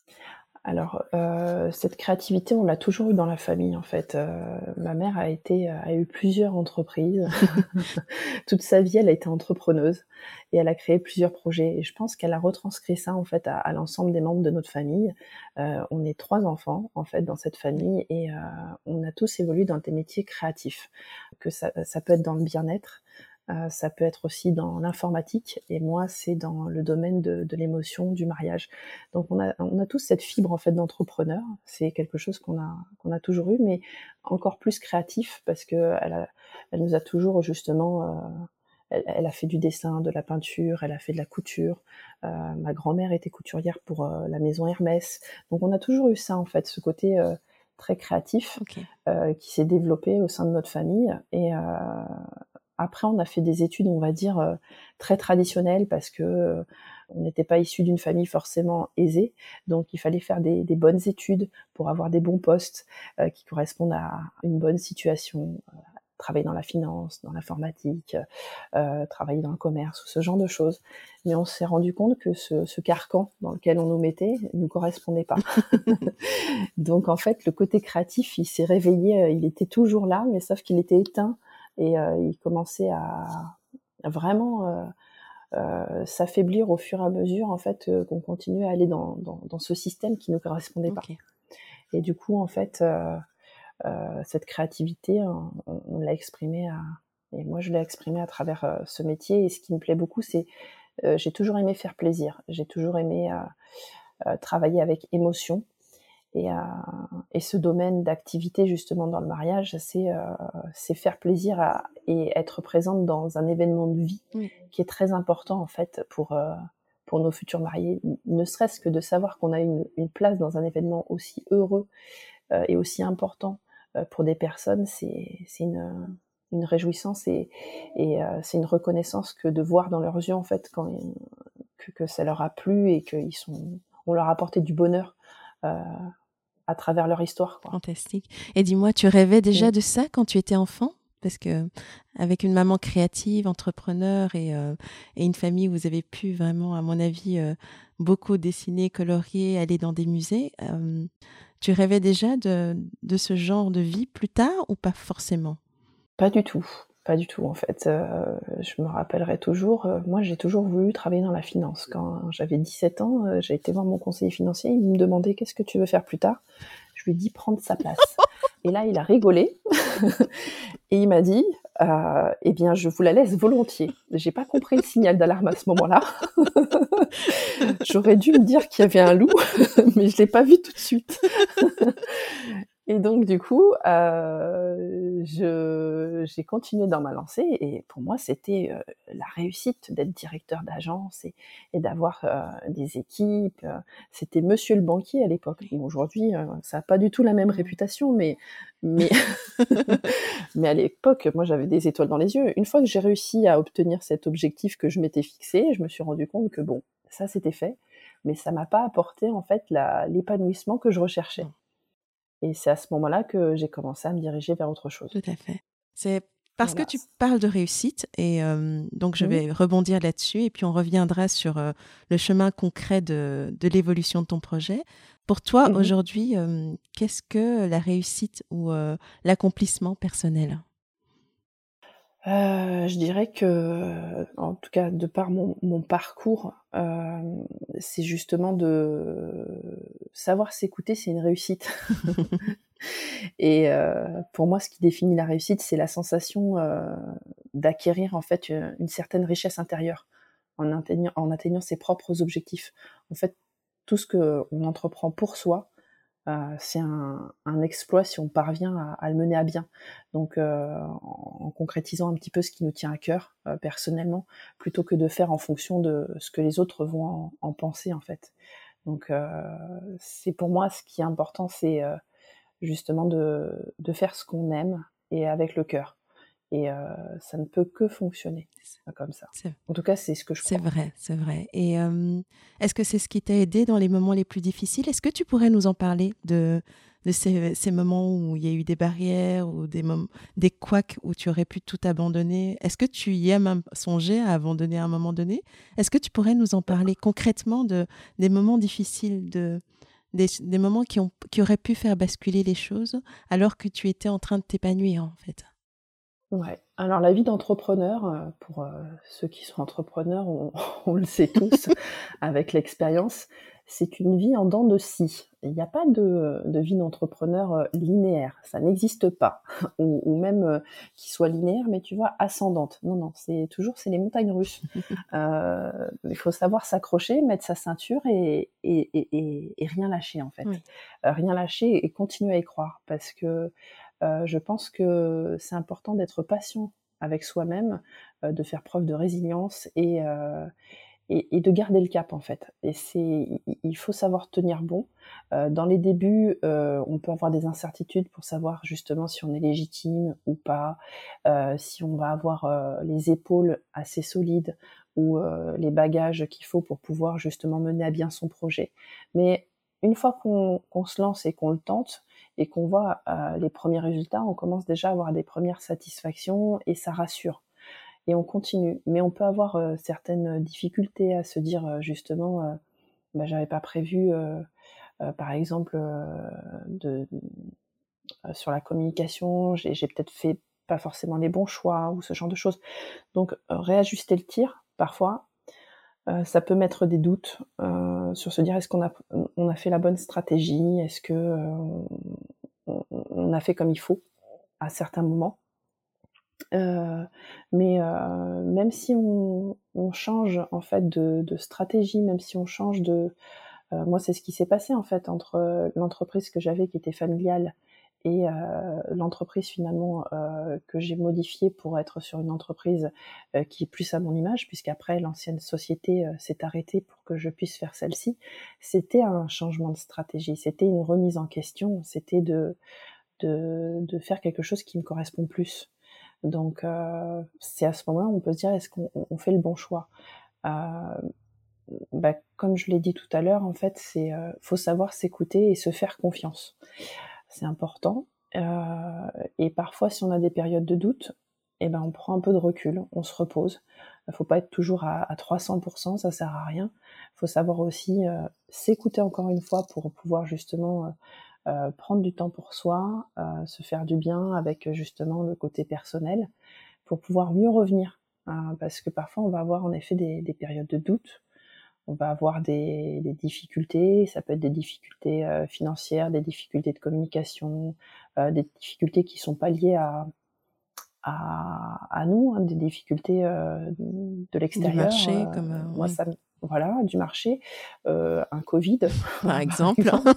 B: Alors, cette créativité, on l'a toujours eu dans la famille, en fait. Ma mère a eu plusieurs entreprises. Toute sa vie, elle a été entrepreneuse et elle a créé plusieurs projets et je pense qu'elle a retranscrit ça, en fait, à l'ensemble des membres de notre famille. On est 3 enfants, en fait, dans cette famille et on a tous évolué dans des métiers créatifs. Que ça peut être dans le bien-être, ça peut être aussi dans l'informatique et moi, c'est dans le domaine de l'émotion, du mariage. Donc on a tous cette fibre en fait d'entrepreneur. C'est quelque chose qu'on a toujours eu, mais encore plus créatif parce que elle nous a toujours justement. Elle a fait du dessin, de la peinture, elle a fait de la couture. Ma grand-mère était couturière pour la maison Hermès. Donc on a toujours eu ça en fait, ce côté très créatif
A: Ok.
B: qui s'est développé au sein de notre famille et après, on a fait des études, on va dire, très traditionnelles parce que on n'était pas issus d'une famille forcément aisée. Donc, il fallait faire des bonnes études pour avoir des bons postes qui correspondent à une bonne situation. Travailler dans la finance, dans l'informatique, travailler dans le commerce ou ce genre de choses. Mais on s'est rendu compte que ce carcan dans lequel on nous mettait ne nous correspondait pas. Donc, en fait, le côté créatif, il s'est réveillé, il était toujours là, mais sauf qu'il était éteint et il commençait à vraiment s'affaiblir au fur et à mesure en fait qu'on continuait à aller dans ce système qui ne nous correspondait pas.
A: Ok.
B: Et du coup en fait cette créativité on l'a exprimée et moi je l'ai exprimée à travers ce métier et ce qui me plaît beaucoup c'est j'ai toujours aimé faire plaisir, j'ai toujours aimé travailler avec émotion. Et ce domaine d'activité justement dans le mariage, c'est faire plaisir et être présente dans un événement de vie qui est très important en fait pour nos futurs mariés. Ne serait-ce que de savoir qu'on a une place dans un événement aussi heureux et aussi important pour des personnes, c'est une réjouissance et c'est une reconnaissance que de voir dans leurs yeux en fait que ça leur a plu et on leur a apporté du bonheur. À travers leur histoire, quoi.
A: Fantastique. Et dis-moi, tu rêvais déjà de ça quand tu étais enfant? Parce que avec une maman créative, entrepreneur et une famille où vous avez pu vraiment, à mon avis, beaucoup dessiner, colorier, aller dans des musées, tu rêvais déjà de ce genre de vie plus tard ou pas forcément?
B: Pas du tout, pas du tout en fait. Je me rappellerai toujours, moi j'ai toujours voulu travailler dans la finance. Quand j'avais 17 ans, j'ai été voir mon conseiller financier, il me demandait: «Qu'est-ce que tu veux faire plus tard?» Je lui ai dit: «Prendre sa place» et là il a rigolé et il m'a dit: «Eh bien je vous la laisse volontiers». J'ai pas compris le signal d'alarme à ce moment-là. J'aurais dû me dire qu'il y avait un loup, mais je l'ai pas vu tout de suite. Et donc du coup, j'ai continué dans ma lancée et pour moi, c'était, la réussite d'être directeur d'agence et d'avoir, des équipes, c'était monsieur le banquier à l'époque. Bon aujourd'hui, ça a pas du tout la même réputation, mais mais à l'époque, moi j'avais des étoiles dans les yeux. Une fois que j'ai réussi à obtenir cet objectif que je m'étais fixé, je me suis rendu compte que bon, ça c'était fait, mais ça m'a pas apporté en fait l'épanouissement que je recherchais. Et c'est à ce moment-là que j'ai commencé à me diriger vers autre chose.
A: Tout à fait. C'est parce que
B: Voilà.
A: tu parles de réussite et donc je
B: Mmh.
A: vais rebondir là-dessus et puis on reviendra sur le chemin concret de l'évolution de ton projet. Pour toi,
B: Mmh.
A: aujourd'hui, qu'est-ce que la réussite ou l'accomplissement personnel?
B: Je dirais que, en tout cas de par mon parcours, c'est justement de savoir s'écouter, c'est une réussite. Et pour moi, ce qui définit la réussite, c'est la sensation, d'acquérir en fait, une certaine richesse intérieure en atteignant ses propres objectifs. En fait, tout ce qu'on entreprend pour soi, c'est un exploit si on parvient à le mener à bien. Donc en concrétisant un petit peu ce qui nous tient à cœur, personnellement, plutôt que de faire en fonction de ce que les autres vont en penser, en fait. Donc c'est pour moi ce qui est important, c'est, justement de faire ce qu'on aime et avec le cœur et ça ne peut que fonctionner, comme ça.
A: C'est
B: En tout cas, c'est ce que je
A: c'est
B: crois.
A: vrai, c'est vrai. Et est-ce que c'est ce qui t'a aidé dans les moments les plus difficiles? Est-ce que tu pourrais nous en parler de ces moments où il y a eu des barrières ou des couacs où tu aurais pu tout abandonner? Est-ce que tu y as même songé à abandonner à un moment donné? Est-ce que tu pourrais nous en parler concrètement des moments difficiles, des moments qui auraient pu faire basculer les choses alors que tu étais en train de t'épanouir, en fait?
B: Ouais. Alors la vie d'entrepreneur, pour, ceux qui sont entrepreneurs, on on le sait tous avec l'expérience, c'est une vie en dents de scie. Il n'y a pas de vie d'entrepreneur, linéaire, ça n'existe pas ou même, qui soit linéaire, mais tu vois, ascendante. Non, non, c'est les montagnes russes. Il faut savoir s'accrocher, mettre sa ceinture et rien lâcher, en fait.
A: Oui,
B: Rien lâcher et continuer à y croire parce que, je pense que c'est important d'être patient avec soi-même, de faire preuve de résilience et de garder le cap, en fait. Et il faut savoir tenir bon. Dans les débuts, on peut avoir des incertitudes pour savoir justement si on est légitime ou pas, si on va avoir, les épaules assez solides ou, les bagages qu'il faut pour pouvoir justement mener à bien son projet. Mais une fois qu'on se lance et qu'on le tente et qu'on voit, les premiers résultats, on commence déjà à avoir des premières satisfactions et ça rassure et on continue. Mais on peut avoir, certaines difficultés à se dire, justement, bah, j'avais pas prévu, par exemple, sur la communication, j'ai peut-être fait pas forcément les bons choix ou ce genre de choses. Donc, réajuster le tir, parfois, ça peut mettre des doutes, sur se dire: «Est-ce qu'on a fait la bonne stratégie? Est-ce que, on a fait comme il faut?» à certains moments. Heu, mais même si on change en fait de stratégie, même si on change moi c'est ce qui s'est passé en fait entre, l'entreprise que j'avais qui était familiale et l'entreprise finalement, que j'ai modifiée pour être sur une entreprise, qui est plus à mon image puisqu'après l'ancienne société, s'est arrêtée pour que je puisse faire celle-ci. C'était un changement de stratégie, c'était une remise en question, c'était de faire quelque chose qui me correspond plus. Donc c'est à ce moment-là où on peut se dire: «Est-ce qu'on fait le bon choix?» heu, bah, comme je l'ai dit tout à l'heure, en fait, faut savoir s'écouter et se faire confiance. C'est important, heu et parfois, si on a des périodes de doute et ben, on prend un peu de recul, on se repose. Il faut pas être toujours à 300, ça sert à rien. Il faut savoir aussi, s'écouter encore une fois pour pouvoir justement, prendre du temps pour soi, se faire du bien avec, justement le côté personnel pour pouvoir mieux revenir. Parce que parfois on va avoir en effet des périodes de doute, on va avoir des difficultés, ça peut être des difficultés, financières, des difficultés de communication, des difficultés qui sont pas liées à nous, hein, des difficultés, de
A: du
B: l'extérieur,
A: marché comme,
B: moi
A: oui,
B: ça me voilà, du marché, un covid,
A: par
B: par
A: exemple.
B: exemple.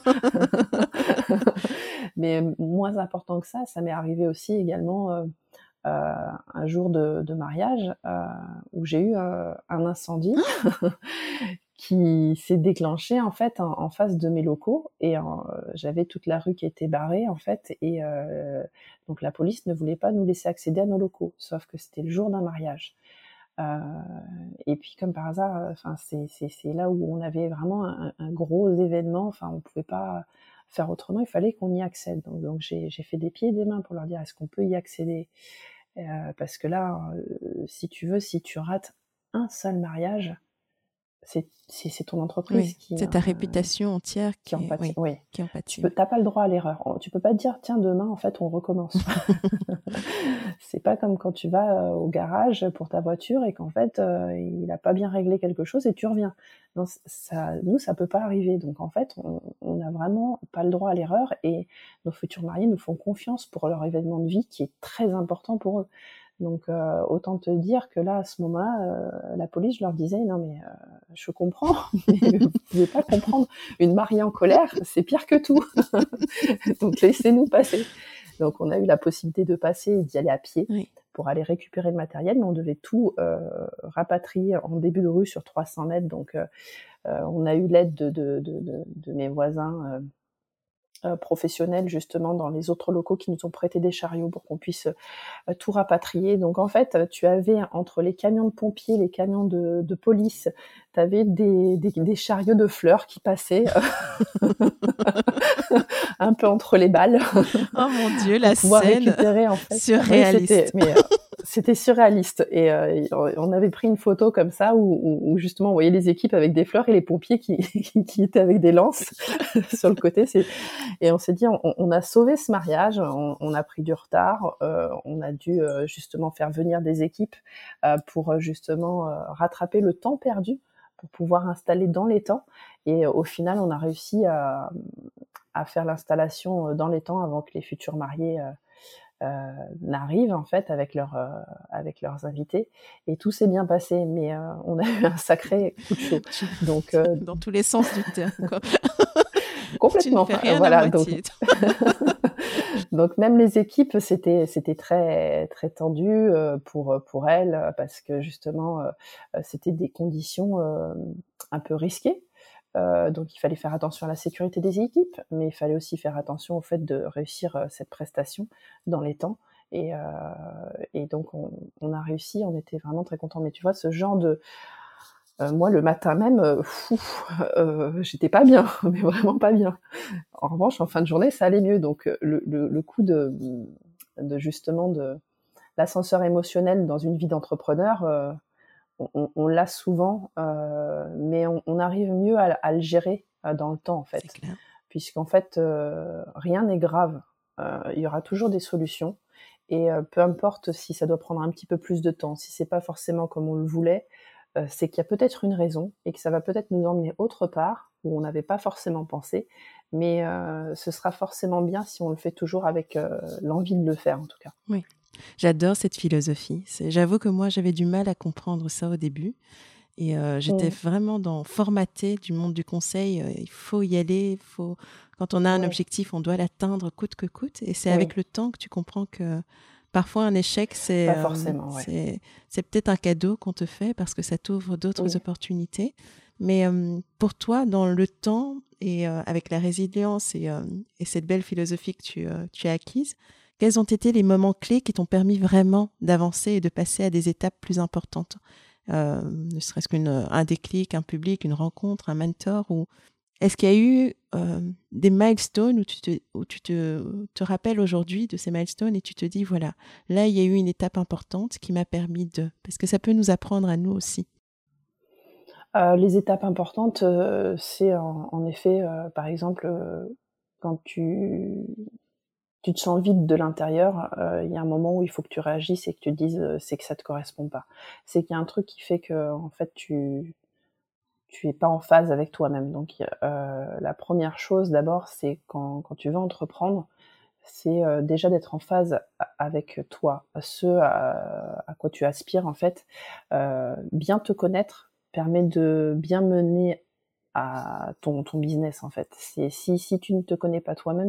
B: Mais moins important que ça m'est arrivé aussi également, un jour de mariage, où j'ai eu, un incendie qui s'est déclenché en fait en face de mes locaux et j'avais toute la rue qui était barrée en fait et donc la police ne voulait pas nous laisser accéder à nos locaux, sauf que c'était le jour d'un mariage. Heu et puis comme par hasard, enfin c'est là où on avait vraiment un gros événement, enfin on pouvait pas faire autrement, il fallait qu'on y accède. Donc j'ai fait des pieds et des mains pour leur dire: «Est-ce qu'on peut y accéder?» Parce que là, si tu veux, si tu rates un seul mariage, c'est ton entreprise
A: Oui, c'est ta réputation entière
B: qui en pâtit. Oui.
A: qui en pâtit.
B: T'as pas le droit à l'erreur. Tu peux pas te dire, tiens, demain, en fait, on recommence. C'est pas comme quand tu vas au garage pour ta voiture et qu'en fait, il a pas bien réglé quelque chose et tu reviens. Non, nous, ça peut pas arriver. Donc, en fait, on a vraiment pas le droit à l'erreur et nos futurs mariés nous font confiance pour leur événement de vie qui est très important pour eux. Donc, autant te dire que là, à ce moment-là, la police, je leur disais, non mais je comprends, mais vous pouvez pas comprendre. Une mariée en colère, c'est pire que tout. Donc, laissez-nous passer. Donc, on a eu la possibilité de passer et d'y aller à pied pour aller récupérer le matériel, mais on devait tout rapatrier en début de rue sur 300 mètres. Donc, on a eu l'aide de mes voisins professionnels, justement, dans les autres locaux qui nous ont prêté des chariots pour qu'on puisse tout rapatrier. Donc en fait, tu avais entre les camions de pompiers, les camions de police, tu avais des chariots de fleurs qui passaient un peu entre les balles.
A: Oh mon Dieu, la
B: pouvoir
A: scène
B: récupérer, en fait.
A: surréaliste.
B: Oui, c'était surréaliste. Et on avait pris une photo comme ça où justement on voyait les équipes avec des fleurs et les pompiers qui étaient avec des lances sur le côté. Et on s'est dit, on a sauvé ce mariage, on a pris du retard, on a dû justement faire venir des équipes pour justement rattraper le temps perdu pour pouvoir installer dans les temps. Et au final, on a réussi à faire l'installation dans les temps avant que les futurs mariés n'arrivent en fait avec leurs invités. Et tout s'est bien passé, mais on a eu un sacré coup de chaud. Donc,
A: dans tous les sens du terme, quoi.
B: Complètement.
A: Tu ne fais rien
B: Voilà,
A: à moitié.
B: Donc même les équipes, c'était très très tendu pour elles parce que justement c'était des conditions un peu risquées. Donc il fallait faire attention à la sécurité des équipes, mais il fallait aussi faire attention au fait de réussir cette prestation dans les temps. Et donc on a réussi, on était vraiment très contents. Mais tu vois, ce genre de moi, le matin même, j'étais pas bien, mais vraiment pas bien. En revanche, en fin de journée, ça allait mieux. Donc, le coup de justement de l'ascenseur émotionnel dans une vie d'entrepreneur, on l'a souvent, mais on arrive mieux à le gérer dans le temps, en fait.
A: C'est clair.
B: Puisqu'en fait, rien n'est grave. Il y aura toujours des solutions. Et peu importe si ça doit prendre un petit peu plus de temps, si c'est pas forcément comme on le voulait, c'est qu'il y a peut-être une raison et que ça va peut-être nous emmener autre part où on n'avait pas forcément pensé. Mais ce sera forcément bien si on le fait toujours avec l'envie de le faire, en tout cas.
A: Oui, j'adore cette philosophie. J'avoue que moi, j'avais du mal à comprendre ça au début. Et j'étais vraiment dans formaté du monde du conseil. Il faut y aller. Quand on a un objectif, on doit l'atteindre coûte que coûte. Et c'est avec le temps que tu comprends que parfois un échec,
B: Pas forcément,
A: c'est peut-être un cadeau qu'on te fait parce que ça t'ouvre d'autres opportunités. Mais pour toi, dans le temps et avec la résilience et cette belle philosophie que tu as acquise, quels ont été les moments clés qui t'ont permis vraiment d'avancer et de passer à des étapes plus importantes? Ne serait-ce qu'un déclic, un public, une rencontre, un mentor, ou est-ce qu'il y a eu des milestones où tu te rappelles aujourd'hui de ces milestones et tu te dis, voilà, là, il y a eu une étape importante qui m'a permis de... Parce que ça peut nous apprendre à nous aussi.
B: Les étapes importantes, c'est en effet, par exemple, quand tu te sens vide de l'intérieur, il y a un moment où il faut que tu réagisses et que tu te dises, c'est que ça te correspond pas. C'est qu'il y a un truc qui fait que en fait tu es pas en phase avec toi-même. Donc la première chose d'abord, c'est quand tu veux entreprendre, c'est déjà d'être en phase avec toi, à quoi tu aspires en fait. Bien te connaître permet de bien mener à ton business en fait. Si tu ne te connais pas toi-même,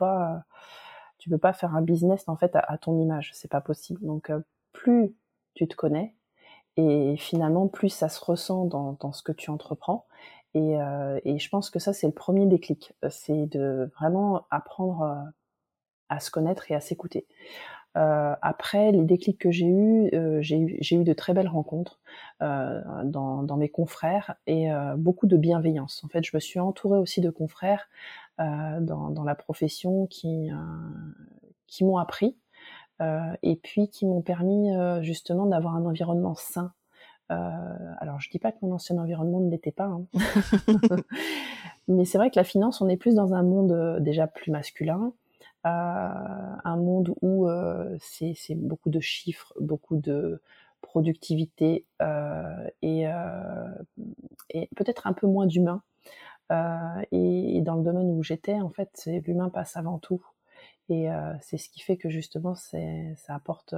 B: tu peux pas faire un business en fait à ton image, c'est pas possible. Donc plus tu te connais et finalement plus ça se ressent dans ce que tu entreprends. Et je pense que ça c'est le premier déclic, c'est de vraiment apprendre à se connaître et à s'écouter. Après les déclics que j'ai eu de très belles rencontres dans mes confrères et beaucoup de bienveillance. En fait, je me suis entourée aussi de confrères dans la profession qui m'ont appris et puis qui m'ont permis justement d'avoir un environnement sain Alors je dis pas que mon ancien environnement ne l'était pas, hein. Mais c'est vrai que la finance, on est plus dans un monde déjà plus masculin, un monde où c'est beaucoup de chiffres, beaucoup de productivité et peut-être un peu moins d'humain. Et dans le domaine où j'étais, en fait, l'humain passe avant tout. Et c'est ce qui fait que justement, ça apporte,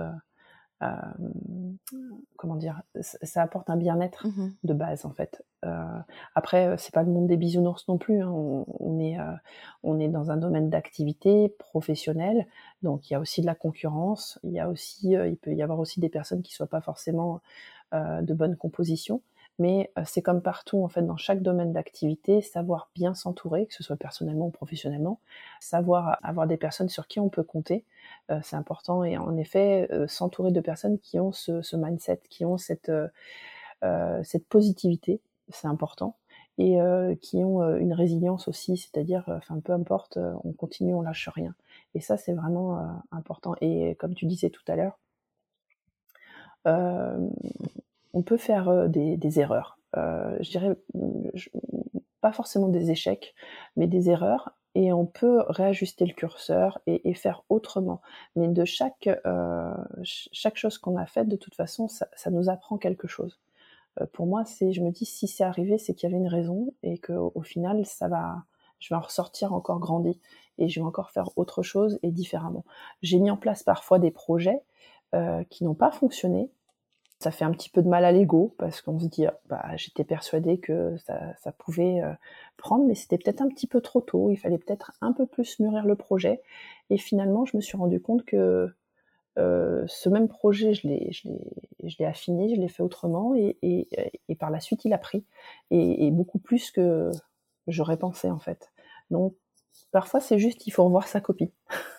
B: comment dire, ça apporte un bien-être
A: Mmh.
B: de base en fait. Après, c'est pas le monde des bisounours non plus, hein. On est dans un domaine d'activité professionnelle, donc il y a aussi de la concurrence. Il y a aussi, il peut y avoir aussi des personnes qui soient pas forcément de bonne composition. Mais c'est comme partout en fait, dans chaque domaine d'activité, savoir bien s'entourer, que ce soit personnellement ou professionnellement, savoir avoir des personnes sur qui on peut compter, c'est important. Et en effet, s'entourer de personnes qui ont ce mindset, qui ont cette positivité, c'est important. Et qui ont une résilience aussi, c'est-à-dire, enfin peu importe, on continue, on lâche rien. Et ça, c'est vraiment important. Et comme tu disais tout à l'heure, euh, on peut faire des erreurs. Je dirais pas forcément des échecs, mais des erreurs. Et on peut réajuster le curseur et faire autrement. Mais de chaque chose qu'on a faite, de toute façon, ça nous apprend quelque chose. Pour moi, je me dis, si c'est arrivé, c'est qu'il y avait une raison et qu'au final, je vais en ressortir encore grandi et je vais encore faire autre chose et différemment. J'ai mis en place parfois des projets qui n'ont pas fonctionné. Ça fait un petit peu de mal à l'ego parce qu'on se dit, j'étais persuadée que ça pouvait prendre, mais c'était peut-être un petit peu trop tôt. Il fallait peut-être un peu plus mûrir le projet. Et finalement, je me suis rendu compte que ce même projet, je l'ai affiné, je l'ai fait autrement et par la suite, il a pris et beaucoup plus que j'aurais pensé en fait. Donc parfois, c'est juste, il faut revoir sa copie.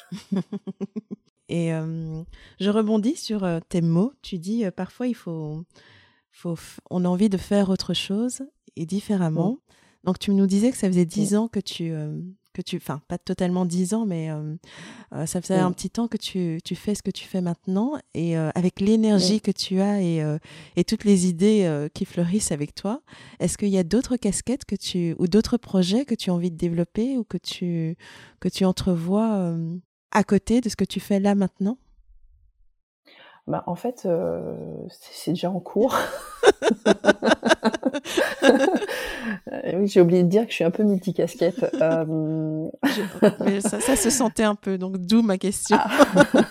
A: Et je rebondis sur tes mots. Tu dis parfois on a envie de faire autre chose et
B: Mm.
A: différemment. Donc tu nous disais que ça faisait 10 ans enfin pas totalement 10 ans, mais ça faisait un
B: Mm.
A: petit temps que tu fais ce que tu fais maintenant. Et avec
B: Mm.
A: l'énergie que tu as et toutes les idées qui fleurissent avec toi, est-ce qu'il y a d'autres casquettes ou d'autres projets que tu as envie de développer ou que tu entrevois à côté de ce que tu fais là maintenant?
B: En fait, c'est déjà en cours. Oui, j'ai oublié de dire que je suis un peu multicasquette.
A: Mais ça se sentait un peu, donc d'où ma question.
B: Ah.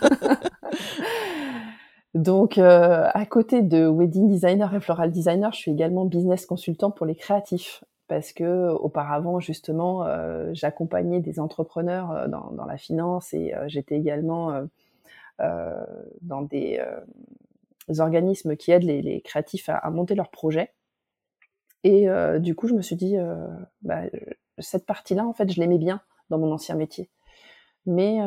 B: Donc, à côté de wedding designer et floral designer, je suis également business consultant pour les créatifs. Parce que auparavant, justement, j'accompagnais des entrepreneurs dans la finance et j'étais également dans des organismes qui aident les créatifs à monter leurs projets. Et du coup, je me suis dit, cette partie-là, en fait, je l'aimais bien dans mon ancien métier. Mais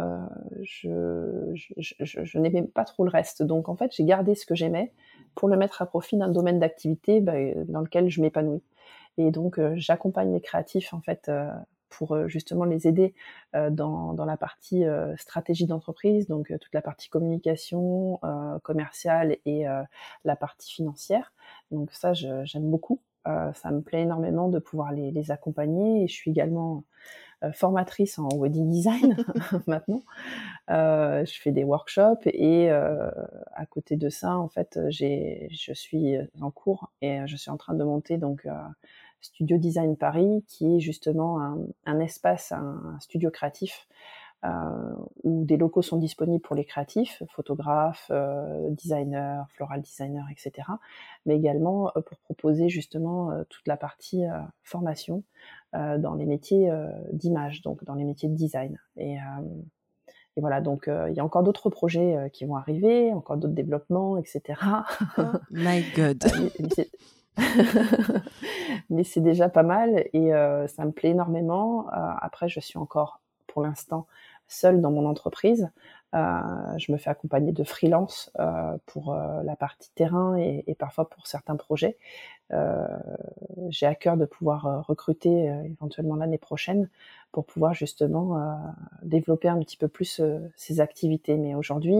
B: je n'aimais pas trop le reste. Donc, en fait, j'ai gardé ce que j'aimais pour le mettre à profit d'un domaine d'activité dans lequel je m'épanouis. Et donc, j'accompagne les créatifs, en fait, pour justement les aider dans la partie stratégie d'entreprise, donc toute la partie communication commerciale et la partie financière. Donc ça, j'aime beaucoup. Ça me plaît énormément de pouvoir les accompagner. Et je suis également formatrice en wedding design maintenant. Je fais des workshops et à côté de ça, en fait, je suis en cours et je suis en train de monter donc Studio Design Paris, qui est justement un espace, un studio créatif où des locaux sont disponibles pour les créatifs, photographes, designers, floral designers, etc. Mais également pour proposer justement toute la partie formation dans les métiers d'image, donc dans les métiers de design. Et voilà, donc il y a encore d'autres projets qui vont arriver, encore d'autres développements, etc.
A: Oh my God.
B: Mais mais c'est déjà pas mal et ça me plaît énormément. Après, je suis encore, pour l'instant, seule dans mon entreprise. Je me fais accompagner de freelance pour la partie terrain et parfois pour certains projets. Euh, j'ai à cœur de pouvoir recruter éventuellement l'année prochaine pour pouvoir justement développer un petit peu plus ces activités. Mais aujourd'hui,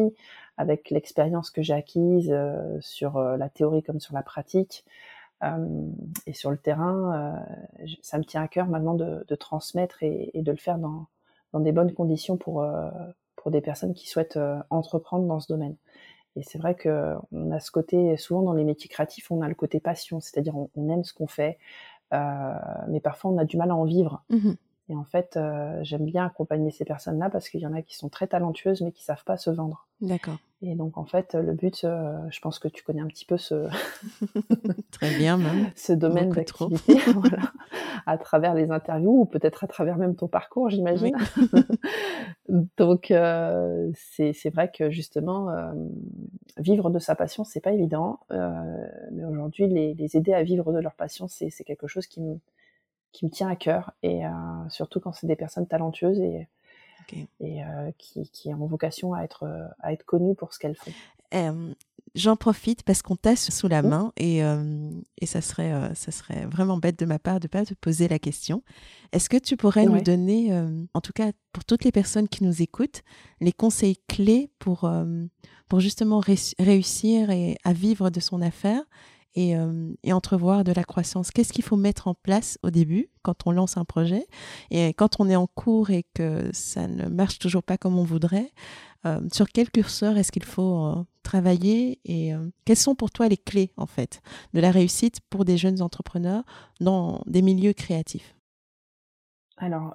B: avec l'expérience que j'ai acquise sur la théorie comme sur la pratique et sur le terrain, ça me tient à cœur maintenant de transmettre et de le faire dans des bonnes conditions pour des personnes qui souhaitent entreprendre dans ce domaine. Et c'est vrai qu'on a ce côté, souvent dans les métiers créatifs, on a le côté passion, c'est-à-dire on aime ce qu'on fait, mais parfois on a du mal à en vivre.
A: Mmh.
B: Et en fait, j'aime bien accompagner ces personnes-là parce qu'il y en a qui sont très talentueuses mais qui savent pas se vendre.
A: D'accord.
B: Et donc en fait, le but, je pense que tu connais un petit peu
A: Très bien même,
B: ce domaine
A: beaucoup trop.
B: d'activité, voilà, à travers les interviews ou peut-être à travers même ton parcours,
A: Oui.
B: j'imagine. Donc c'est vrai que justement, vivre de sa passion, c'est pas évident, mais aujourd'hui les aider à vivre de leur passion, c'est quelque chose qui me tient à cœur et surtout quand c'est des personnes talentueuses
A: OK.
B: qui ont vocation à être connues pour ce qu'elles font.
A: Hem, J'en profite parce qu'on t'a sous la
B: Mmh.
A: main et ça serait vraiment bête de ma part de pas te poser la question. Est-ce que tu pourrais nous
B: Ouais.
A: donner, en tout cas pour toutes les personnes qui nous écoutent, les conseils clés pour justement réussir et à vivre de son affaire et entrevoir de la croissance? Qu'est-ce qu'il faut mettre en place au début quand on lance un projet et quand on est en cours et que ça ne marche toujours pas comme on voudrait? Sur quel curseur est-ce qu'il faut travailler et quelles sont pour toi les clés en fait de la réussite pour des jeunes entrepreneurs dans des milieux créatifs?
B: Alors,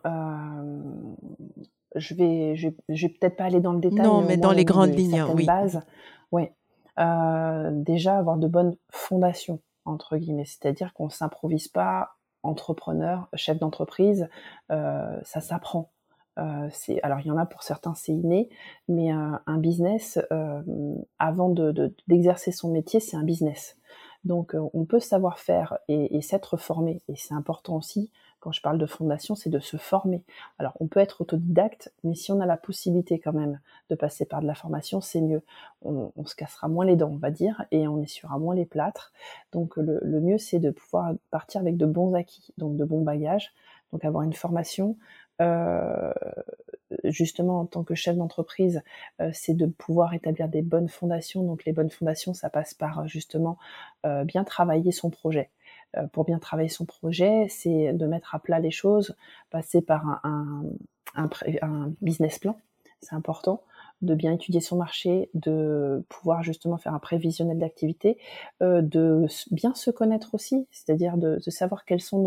B: je vais peut-être pas aller dans le détail,
A: Non,
B: mais au
A: mais
B: moins
A: dans les
B: donner
A: grandes
B: des
A: lignes,
B: certaines
A: oui.
B: bases. Ouais. Déjà avoir de bonnes «fondations» entre guillemets, c'est-à-dire qu'on s'improvise pas entrepreneur, chef d'entreprise, ça s'apprend. Alors il y en a pour certains, c'est inné, mais un business, avant d'exercer son métier, c'est un business. Donc on peut savoir faire et s'être formé et c'est important aussi, quand je parle de fondation, c'est de se former. Alors on peut être autodidacte, mais si on a la possibilité quand même de passer par de la formation, c'est mieux. On se cassera moins les dents, on va dire, et on essuiera moins les plâtres. Donc le mieux, c'est de pouvoir partir avec de bons acquis, donc de bons bagages, donc avoir une formation. Euh, Justement, en tant que chef d'entreprise, c'est de pouvoir établir des bonnes fondations. Donc les bonnes fondations, ça passe par justement bien travailler son projet. Pour bien travailler son projet, c'est de mettre à plat les choses, passer par un business plan, c'est important, de bien étudier son marché, de pouvoir justement faire un prévisionnel d'activité, bien se connaître aussi, c'est-à-dire de savoir quels sont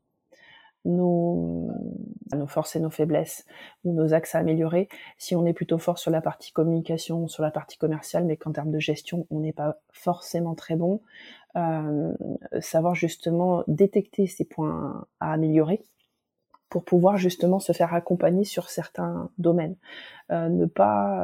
B: nos, nos forces et nos faiblesses, ou nos axes à améliorer. Si on est plutôt fort sur la partie communication, sur la partie commerciale, mais qu'en termes de gestion, on n'est pas forcément très bon, euh, savoir justement détecter ces points à améliorer pour pouvoir justement se faire accompagner sur certains domaines. Ne pas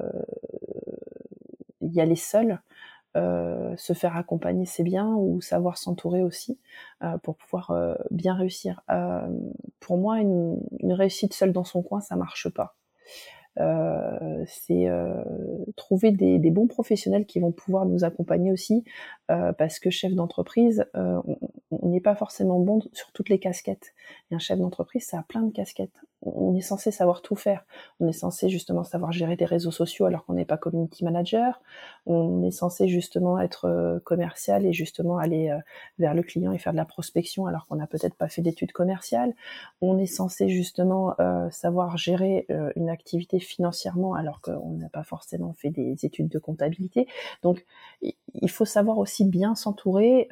B: y aller seul, se faire accompagner, c'est bien, ou savoir s'entourer aussi pour pouvoir bien réussir. Pour moi, une réussite seule dans son coin, ça marche pas. C'est trouver des bons professionnels qui vont pouvoir nous accompagner aussi, parce que chef d'entreprise, on n'est pas forcément bon sur toutes les casquettes. Et un chef d'entreprise, ça a plein de casquettes. On est censé savoir tout faire. On est censé justement savoir gérer des réseaux sociaux alors qu'on n'est pas community manager. On est censé justement être commercial et justement aller vers le client et faire de la prospection alors qu'on n'a peut-être pas fait d'études commerciales. On est censé justement savoir gérer une activité financièrement alors qu'on n'a pas forcément fait des études de comptabilité. Donc il faut savoir aussi bien s'entourer,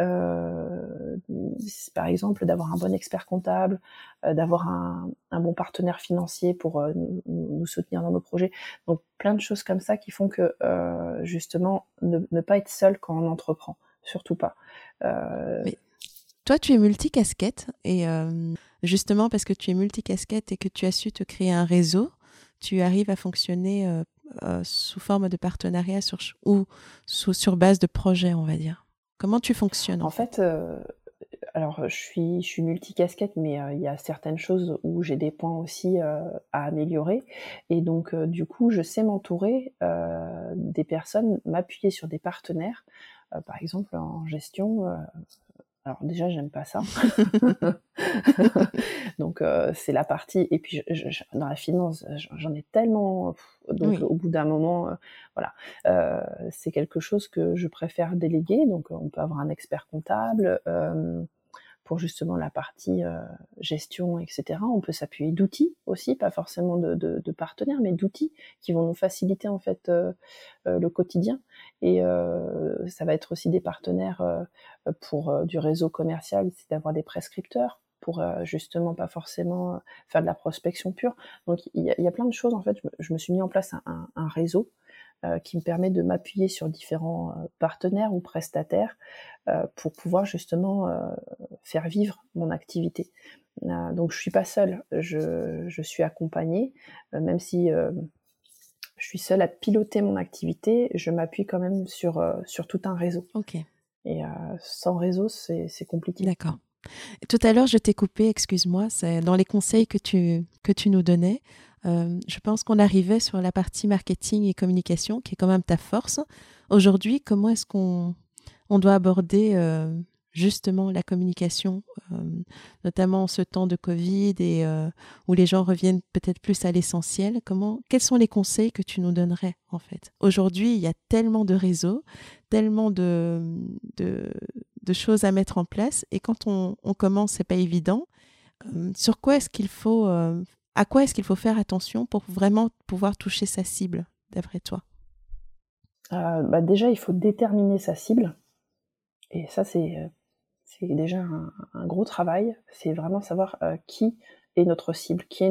B: par exemple d'avoir un bon expert comptable, d'avoir un bon partenaire financier pour nous soutenir dans nos projets. Donc plein de choses comme ça qui font que justement ne pas être seul quand on entreprend, surtout pas.
A: Mais toi, tu es multicasquette et justement parce que tu es multicasquette et que tu as su te créer un réseau, tu arrives à fonctionner sous forme de partenariat ou sur base de projet, on va dire. Comment tu fonctionnes en
B: En
A: fait?
B: fait, alors je suis multicasquette, mais il y a certaines choses où j'ai des points aussi à améliorer, et donc du coup, je sais m'entourer des personnes, m'appuyer sur des partenaires, par exemple en gestion. Alors déjà, j'aime pas ça. Donc c'est la partie et puis dans la finance, j'en ai tellement donc
A: Oui,
B: au bout d'un moment, voilà, c'est quelque chose que je préfère déléguer. Donc on peut avoir un expert comptable, pour justement la partie, gestion et cetera. On peut s'appuyer d'outils aussi, pas forcément de partenaires, mais d'outils qui vont nous faciliter en fait, le quotidien et ça va être aussi des partenaires, pour, du réseau commercial, c'est d'avoir des prescripteurs pour, justement pas forcément, faire de la prospection pure. Donc il y a plein de choses en fait, je me suis mis en place un réseau, qui me permet de m'appuyer sur différents, partenaires ou prestataires, pour pouvoir justement, faire vivre mon activité. Donc je suis pas seule, je suis accompagnée, même si, je suis seule à piloter mon activité, je m'appuie quand même sur tout un réseau
A: ok,
B: et sans réseau, c'est compliqué.
A: d'accord. Tout à l'heure, je t'ai coupé, excuse-moi, c'est dans les conseils que tu nous donnais. Je pense qu'on arrivait sur la partie marketing et communication, qui est quand même ta force. Aujourd'hui, comment est-ce qu'on doit aborder justement la communication, notamment en ce temps de Covid et où les gens reviennent peut-être plus à l'essentiel? Quels sont les conseils que tu nous donnerais en fait? Aujourd'hui, il y a tellement de réseaux, tellement de, de choses à mettre en place et quand on commence, c'est pas évident. Sur quoi est-ce qu'il faut, à quoi est-ce qu'il faut faire attention pour vraiment pouvoir toucher sa cible, d'après toi?
B: Bah, déjà, il faut déterminer sa cible et ça, c'est déjà un gros travail. C'est vraiment savoir, qui est notre cible, qui est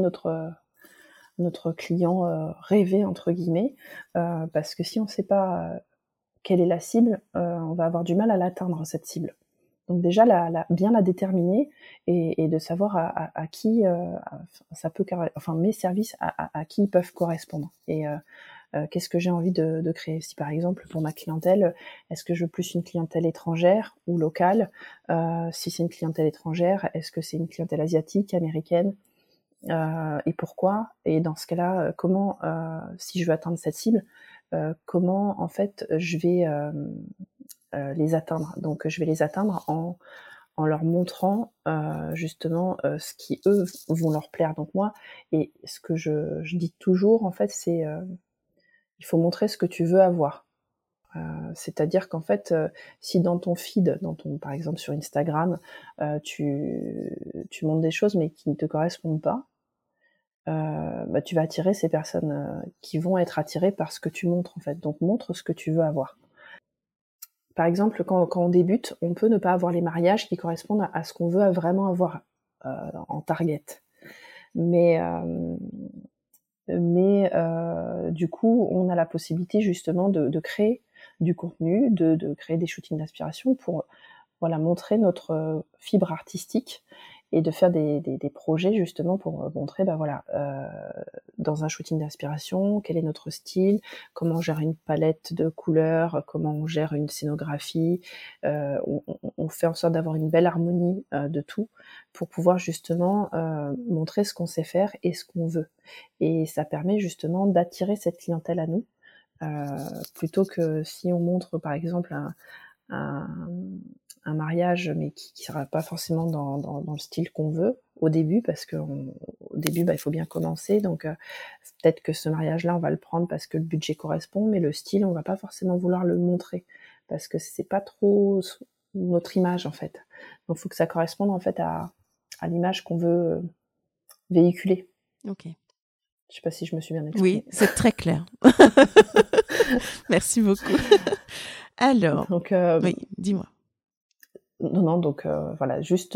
B: notre client, «rêvé» entre guillemets, parce que si on ne sait pas, quelle est la cible, on va avoir du mal à l'atteindre cette cible. Donc déjà bien la déterminer et de savoir à qui, ça peut enfin mes services à qui ils peuvent correspondre et qu'est-ce que j'ai envie de créer. Si par exemple pour ma clientèle, est-ce que je veux plus une clientèle étrangère ou locale? Si c'est une clientèle étrangère, est-ce que c'est une clientèle asiatique, américaine? Et pourquoi? Et dans ce cas-là, comment, si je veux atteindre cette cible, comment en fait je vais, les atteindre? Donc je vais les atteindre en leur montrant, justement, ce qui eux vont leur plaire. Donc moi et ce que je dis toujours en fait, c'est, il faut montrer ce que tu veux avoir. C'est-à-dire qu'en fait, si dans ton feed, par exemple sur Instagram, tu montres des choses mais qui ne te correspondent pas, bah, tu vas attirer ces personnes, qui vont être attirées par ce que tu montres, en fait. Donc montre ce que tu veux avoir. Par exemple, quand on débute, on peut ne pas avoir les mariages qui correspondent à ce qu'on veut vraiment avoir, en target. Mais, du coup, on a la possibilité justement de créer du contenu, de créer des shootings d'inspiration pour, voilà, montrer notre fibre artistique et de faire des projets justement pour montrer, bah voilà, dans un shooting d'inspiration, quel est notre style, comment on gère une palette de couleurs, comment on gère une scénographie. On fait en sorte d'avoir une belle harmonie de tout pour pouvoir justement montrer ce qu'on sait faire et ce qu'on veut. Et ça permet justement d'attirer cette clientèle à nous, plutôt que si on montre par exemple un, un mariage, mais qui sera pas forcément dans le style qu'on veut au début, parce qu'au début, bah, il faut bien commencer. Donc, peut-être que ce mariage-là, on va le prendre parce que le budget correspond, mais le style, on va pas forcément vouloir le montrer parce que c'est pas trop notre image en fait. Donc, il faut que ça corresponde en fait à l'image qu'on veut véhiculer.
A: Ok.
B: Je sais pas si je me suis bien
A: Oui,
B: exprimée.
A: c'est très clair. Merci beaucoup. Alors,
B: Donc,
A: oui, dis-moi.
B: non, non, donc voilà, juste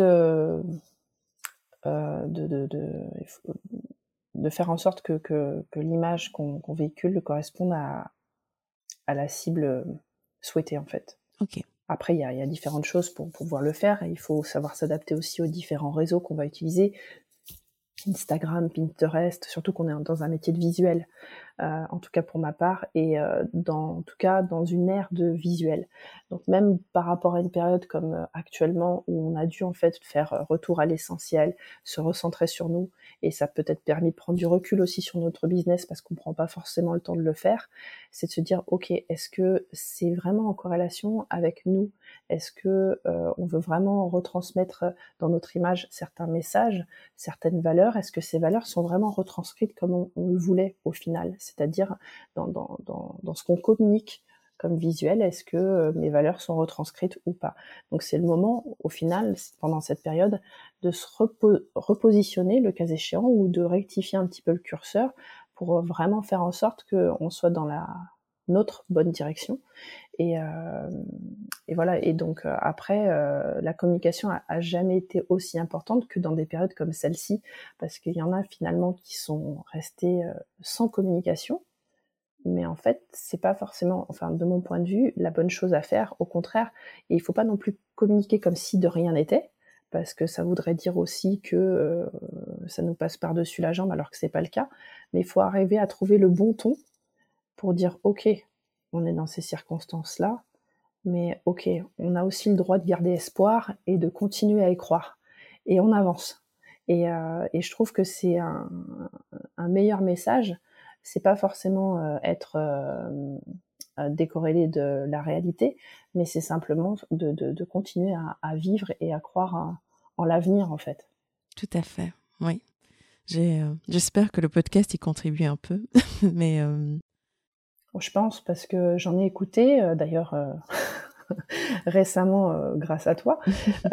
B: il faut de faire en sorte que l'image qu'on véhicule corresponde à la cible souhaitée en fait.
A: Ok.
B: Après, il y a différentes choses pour pouvoir le faire et il faut savoir s'adapter aussi aux différents réseaux qu'on va utiliser. Instagram, Pinterest, surtout qu'on est dans un métier de visuel. en tout cas pour ma part, et en tout cas dans une ère de visuel. Donc même par rapport à une période comme actuellement où on a dû en fait faire retour à l'essentiel, se recentrer sur nous, et ça a peut-être permis de prendre du recul aussi sur notre business parce qu'on prend pas forcément le temps de le faire, c'est de se dire ok, est-ce que c'est vraiment en corrélation avec nous? Est-ce que on veut vraiment retransmettre dans notre image certains messages, certaines valeurs? Est-ce que ces valeurs sont vraiment retranscrites comme on le voulait au final? C'est-à-dire dans ce qu'on communique comme visuel, est-ce que mes valeurs sont retranscrites ou pas? Donc c'est le moment, au final, pendant cette période, de se repositionner, le cas échéant, ou de rectifier un petit peu le curseur pour vraiment faire en sorte qu'on soit dans notre bonne direction. Et, et voilà. Et donc après, la communication a jamais été aussi importante que dans des périodes comme celle-ci, parce qu'il y en a finalement qui sont restés sans communication. Mais en fait, c'est pas forcément, enfin de mon point de vue, la bonne chose à faire. Au contraire, et il faut pas non plus communiquer comme si de rien n'était, parce que ça voudrait dire aussi que ça nous passe par-dessus la jambe, alors que c'est pas le cas. Mais il faut arriver à trouver le bon ton pour dire ok, on est dans ces circonstances-là, mais ok, on a aussi le droit de garder espoir et de continuer à y croire. Et on avance. Et je trouve que c'est un meilleur message. C'est pas forcément être décorrélé de la réalité, mais c'est simplement de continuer à vivre et à croire en l'avenir, en fait.
A: Tout à fait, oui. J'espère que le podcast y contribue un peu, mais
B: Je pense, parce que j'en ai écouté, d'ailleurs récemment grâce à toi.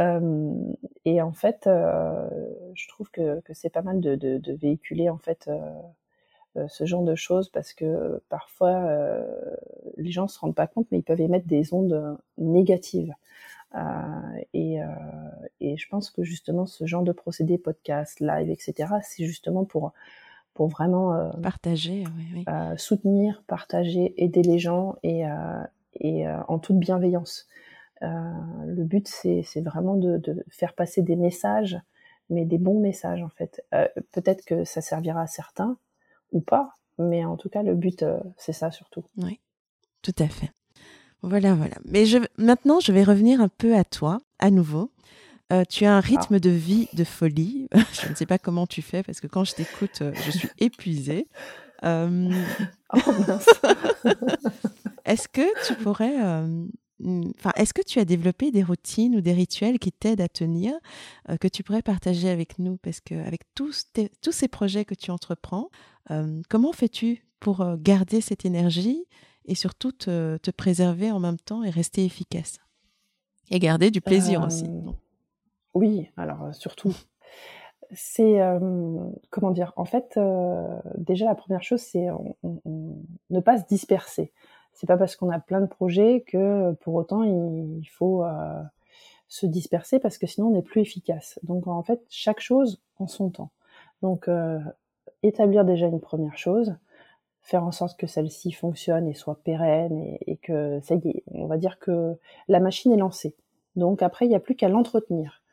B: Et en fait, je trouve que c'est pas mal de véhiculer en fait ce genre de choses, parce que parfois les gens se rendent pas compte, mais ils peuvent émettre des ondes négatives. Euh, et, euh, et je pense que justement ce genre de procédé, podcast, live, etc., c'est justement pour vraiment
A: partager, oui, oui.
B: soutenir, partager, aider les gens, et en toute bienveillance. Le but, c'est vraiment de faire passer des messages, mais des bons messages en fait. Peut-être que ça servira à certains ou pas, mais en tout cas, le but, c'est ça surtout.
A: Oui, tout à fait. Voilà, voilà. Mais maintenant, je vais revenir un peu à toi, à nouveau. Tu as un rythme de vie de folie. Je ne sais pas comment tu fais, parce que quand je t'écoute, je suis épuisée.
B: Oh mince.
A: Est-ce que tu pourrais... est-ce que tu as développé des routines ou des rituels qui t'aident à tenir, que tu pourrais partager avec nous? Parce qu'avec tous ces projets que tu entreprends, comment fais-tu pour garder cette énergie et surtout te préserver en même temps et rester efficace? Et garder du plaisir aussi.
B: Oui, alors surtout. C'est, comment dire? En fait, déjà la première chose, c'est ne pas se disperser. C'est pas parce qu'on a plein de projets que pour autant il faut se disperser, parce que sinon on n'est plus efficace. Donc en fait, chaque chose en son temps. Donc établir déjà une première chose, faire en sorte que celle-ci fonctionne et soit pérenne, et que ça y est, on va dire que la machine est lancée. Donc après, il n'y a plus qu'à l'entretenir.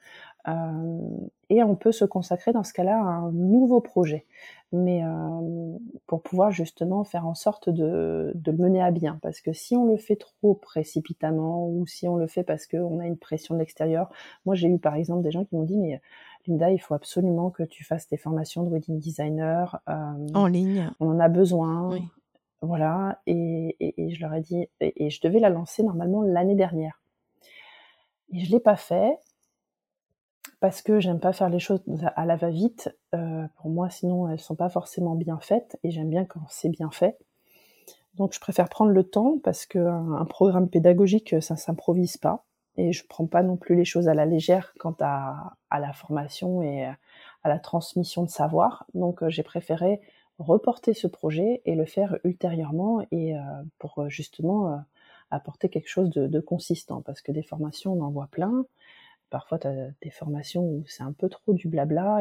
B: Et on peut se consacrer dans ce cas-là à un nouveau projet, mais pour pouvoir justement faire en sorte de le mener à bien. Parce que si on le fait trop précipitamment, ou si on le fait parce qu'on a une pression de l'extérieur, moi j'ai eu par exemple des gens qui m'ont dit mais Linda, il faut absolument que tu fasses tes formations de wedding designer,
A: En ligne.
B: on en a besoin.
A: Oui.
B: Voilà, et je leur ai dit, et je devais la lancer normalement l'année dernière. Et je l'ai pas fait, parce que j'aime pas faire les choses à la va-vite. Pour moi, sinon elles sont pas forcément bien faites, et j'aime bien quand c'est bien fait. Donc je préfère prendre le temps, parce qu'un programme pédagogique, ça s'improvise pas, et je prends pas non plus les choses à la légère quant à la formation et à la transmission de savoir. Donc j'ai préféré reporter ce projet et le faire ultérieurement, et pour justement apporter quelque chose de consistant, parce que des formations, on en voit plein. Parfois, tu as des formations où c'est un peu trop du blabla,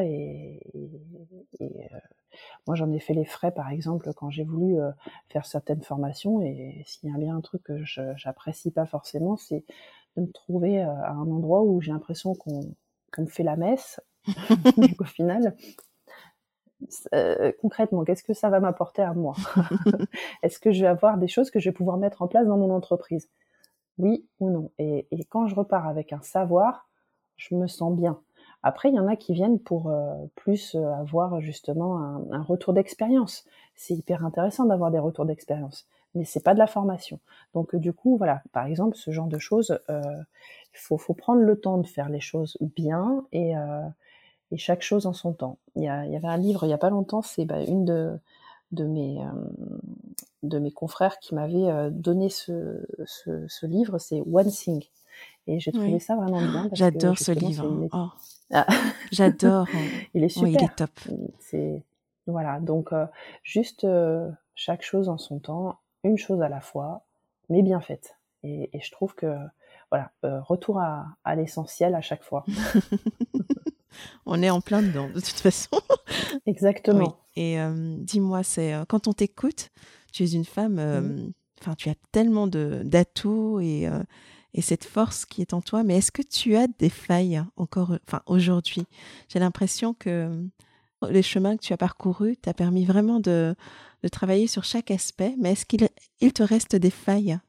B: et moi, j'en ai fait les frais, par exemple, quand j'ai voulu faire certaines formations, et s'il y a bien un truc que j'apprécie pas forcément, c'est de me trouver à un endroit où j'ai l'impression qu'on me fait la messe, mais qu'au final, concrètement, qu'est-ce que ça va m'apporter à moi? Est-ce que je vais avoir des choses que je vais pouvoir mettre en place dans mon entreprise? Oui ou non? Et quand je repars avec un savoir, je me sens bien. Après, il y en a qui viennent pour, plus, avoir justement un retour d'expérience. C'est hyper intéressant d'avoir des retours d'expérience, mais c'est pas de la formation. Donc, du coup, voilà, par exemple, ce genre de choses, il faut prendre le temps de faire les choses bien et chaque chose en son temps. Il y avait un livre il y a pas longtemps, c'est, une de mes, de mes confrères qui m'avait, donné ce livre, c'est One Thing et j'ai trouvé
A: Oui.
B: ça vraiment bien parce que
A: J'adore ce
B: justement
A: livre,
B: c'est une
A: hein.
B: mé
A: Oh,
B: ah,
A: j'adore.
B: il est
A: Oui, il est
B: super.
A: top.
B: C'est voilà, donc juste, chaque chose en son temps, une chose à la fois, mais bien faite et je trouve que voilà, retour à l'essentiel à chaque fois.
A: On est en plein dedans, de toute façon. Oui.
B: Exactement.
A: Et dis-moi, quand on t'écoute, tu es une femme,
B: Mmh.
A: enfin, tu as tellement d'atouts et cette force qui est en toi. Mais est-ce que tu as des failles encore, enfin, aujourd'hui? J'ai l'impression que les chemins que tu as parcourus t'a permis vraiment de travailler sur chaque aspect. Mais est-ce qu'il te reste des failles?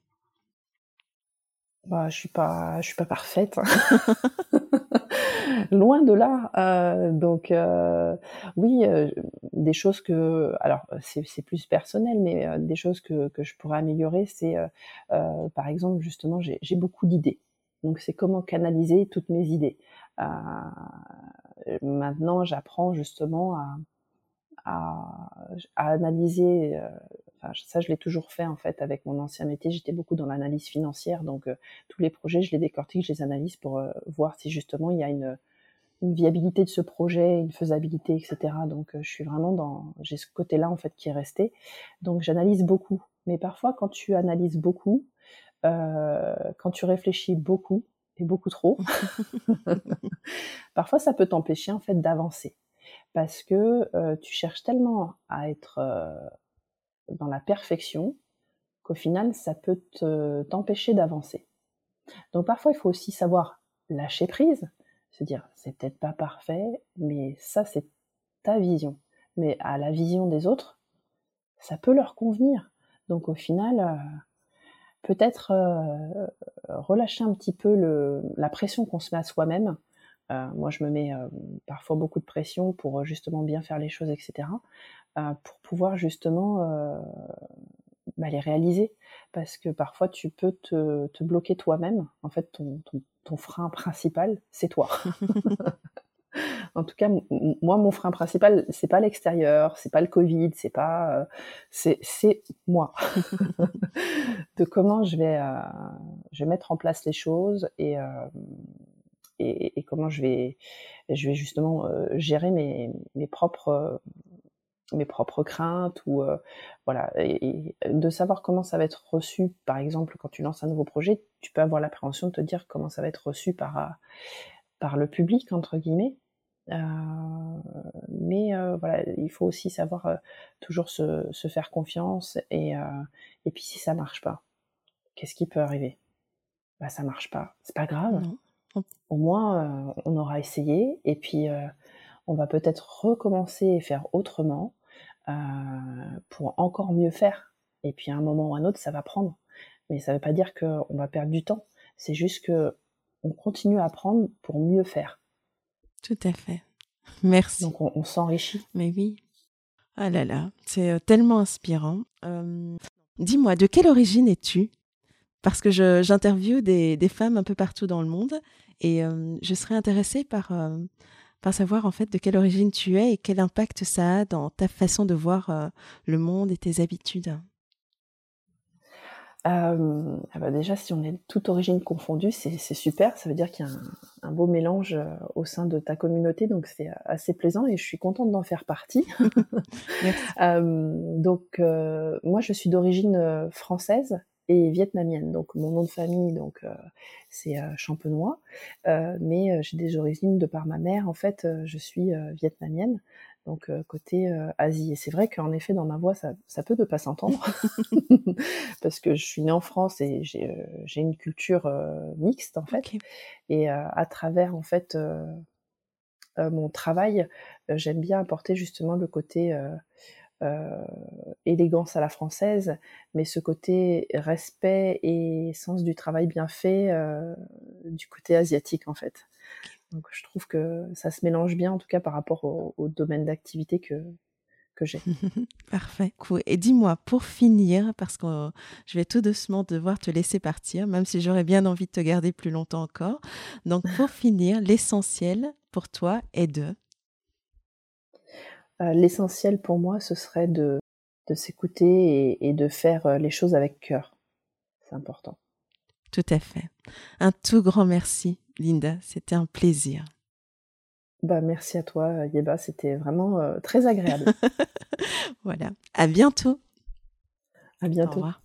B: Bah, je suis pas parfaite. Loin de là, donc oui, des choses que alors c'est plus personnel, mais des choses que je pourrais améliorer, c'est, par exemple, justement, j'ai beaucoup d'idées. Donc c'est comment canaliser toutes mes idées. Maintenant, j'apprends justement à analyser, enfin ça je l'ai toujours fait en fait avec mon ancien métier, j'étais beaucoup dans l'analyse financière donc tous les projets je les décortique, je les analyse pour, voir si justement il y a une viabilité de ce projet, une faisabilité et cetera donc je suis vraiment j'ai ce côté-là en fait qui est resté, donc j'analyse beaucoup. Mais parfois quand tu analyses beaucoup, quand tu réfléchis beaucoup et beaucoup trop, parfois ça peut t'empêcher en fait d'avancer. Parce que, tu cherches tellement à être, dans la perfection, qu'au final ça peut t'empêcher d'avancer. Donc parfois il faut aussi savoir lâcher prise, se dire: «C'est peut-être pas parfait, mais ça c'est ta vision». Mais à la vision des autres, ça peut leur convenir. Donc au final, peut-être, relâcher un petit peu la pression qu'on se met à soi-même. Moi je me mets, parfois beaucoup de pression pour, justement bien faire les choses et cetera, pour pouvoir justement, les réaliser. Parce que parfois tu peux te bloquer toi-même. En fait, ton frein principal, c'est toi. En tout cas, moi, mon frein principal, c'est pas l'extérieur, c'est pas le Covid, c'est pas, c'est moi. De comment je vais mettre en place les choses et comment je vais justement, gérer mes propres craintes ou voilà et de savoir comment ça va être reçu. Par exemple, quand tu lances un nouveau projet, tu peux avoir l'appréhension de te dire comment ça va être reçu par «le public» entre guillemets. Heu, mais voilà, il faut aussi savoir, toujours se faire confiance et puis si ça marche pas, qu'est-ce qui peut arriver? Bah, ça marche pas, c'est pas grave.
A: Non. On
B: Au moins, on aura essayé et puis, on va peut-être recommencer et faire autrement, heu, pour encore mieux faire et puis à un moment ou à un autre, ça va prendre. Mais ça veut pas dire qu'on va perdre du temps. C'est juste qu'on continue à apprendre pour mieux faire.
A: Tout à fait. Merci.
B: Donc on s'enrichit.
A: Mais oui. Ah là là, c'est, tellement inspirant. Dis-moi, de quelle origine es-tu? Parce que j'interviewe des femmes un peu partout dans le monde et je serais intéressée par savoir en fait de quelle origine tu es et quel impact ça a dans ta façon de voir, le monde et tes habitudes.
B: Déjà, si on est de toute origine confondue, c'est super. Ça veut dire qu'il y a un beau mélange, au sein de ta communauté, donc c'est assez plaisant et je suis contente d'en faire partie.
A: Merci.
B: Donc moi, je suis d'origine, française et vietnamienne. Donc mon nom de famille, donc c'est, Champenois, mais j'ai des origines de par ma mère, en fait, je suis, vietnamienne, donc côté, Asie et c'est vrai qu'en effet, dans ma voix, ça peut ne pas s'entendre parce que je suis née en France et j'ai une culture, mixte, en fait
A: OK.
B: et à travers, en fait, mon travail, j'aime bien apporter justement le côté élégance à la française, mais ce côté respect et sens du travail bien fait du côté asiatique en fait. Donc je trouve que ça se mélange bien en tout cas par rapport au domaine d'activité que j'ai.
A: Parfait. Cool. Et dis-moi, pour finir, parce que je vais tout doucement devoir te laisser partir, même si j'aurais bien envie de te garder plus longtemps encore. Donc pour finir, l'essentiel pour toi est de...
B: L'essentiel pour moi, ce serait de s'écouter et de faire les choses avec cœur. C'est important.
A: Tout à fait. Un tout grand merci, Linda. C'était un plaisir.
B: Bah, merci à toi, Yeba. C'était vraiment très agréable.
A: Voilà. À bientôt.
B: À
A: Au
B: bientôt.
A: revoir.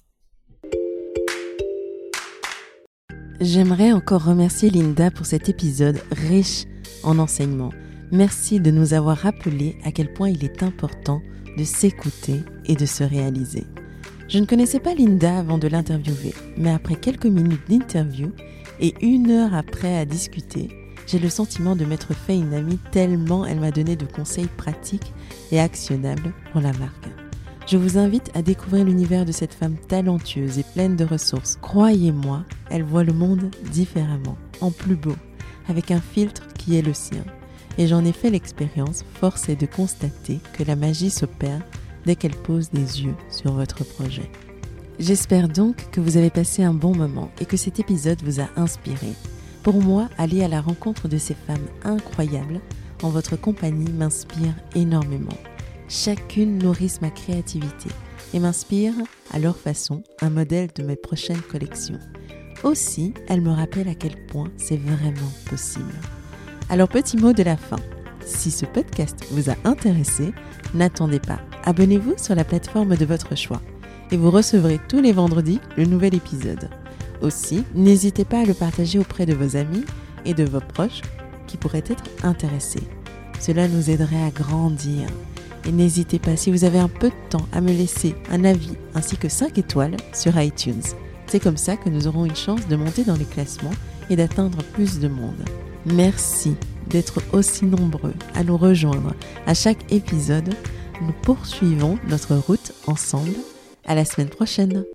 A: J'aimerais encore remercier Linda pour cet épisode riche en enseignements. Merci de nous avoir rappelé à quel point il est important de s'écouter et de se réaliser. Je ne connaissais pas Linda avant de l'interviewer, mais après quelques minutes d'interview et 1 heure après à discuter, j'ai le sentiment de m'être fait une amie tellement elle m'a donné de conseils pratiques et actionnables pour la marque. Je vous invite à découvrir l'univers de cette femme talentueuse et pleine de ressources. Croyez-moi, elle voit le monde différemment, en plus beau, avec un filtre qui est le sien. Et j'en ai fait l'expérience, force est de constater que la magie s'opère dès qu'elle pose des yeux sur votre projet. J'espère donc que vous avez passé un bon moment et que cet épisode vous a inspiré. Pour moi, aller à la rencontre de ces femmes incroyables en votre compagnie m'inspire énormément. Chacune nourrissent ma créativité et m'inspire, à leur façon, un modèle de mes prochaines collections. Aussi, elles me rappellent à quel point c'est vraiment possible. Alors, petit mot de la fin. Si ce podcast vous a intéressé, n'attendez pas. Abonnez-vous sur la plateforme de votre choix et vous recevrez tous les vendredis le nouvel épisode. Aussi, n'hésitez pas à le partager auprès de vos amis et de vos proches qui pourraient être intéressés. Cela nous aiderait à grandir. Et n'hésitez pas, si vous avez un peu de temps, à me laisser un avis ainsi que 5 étoiles sur iTunes. C'est comme ça que nous aurons une chance de monter dans les classements et d'atteindre plus de monde. Merci d'être aussi nombreux à nous rejoindre à chaque épisode. Nous poursuivons notre route ensemble. À la semaine prochaine.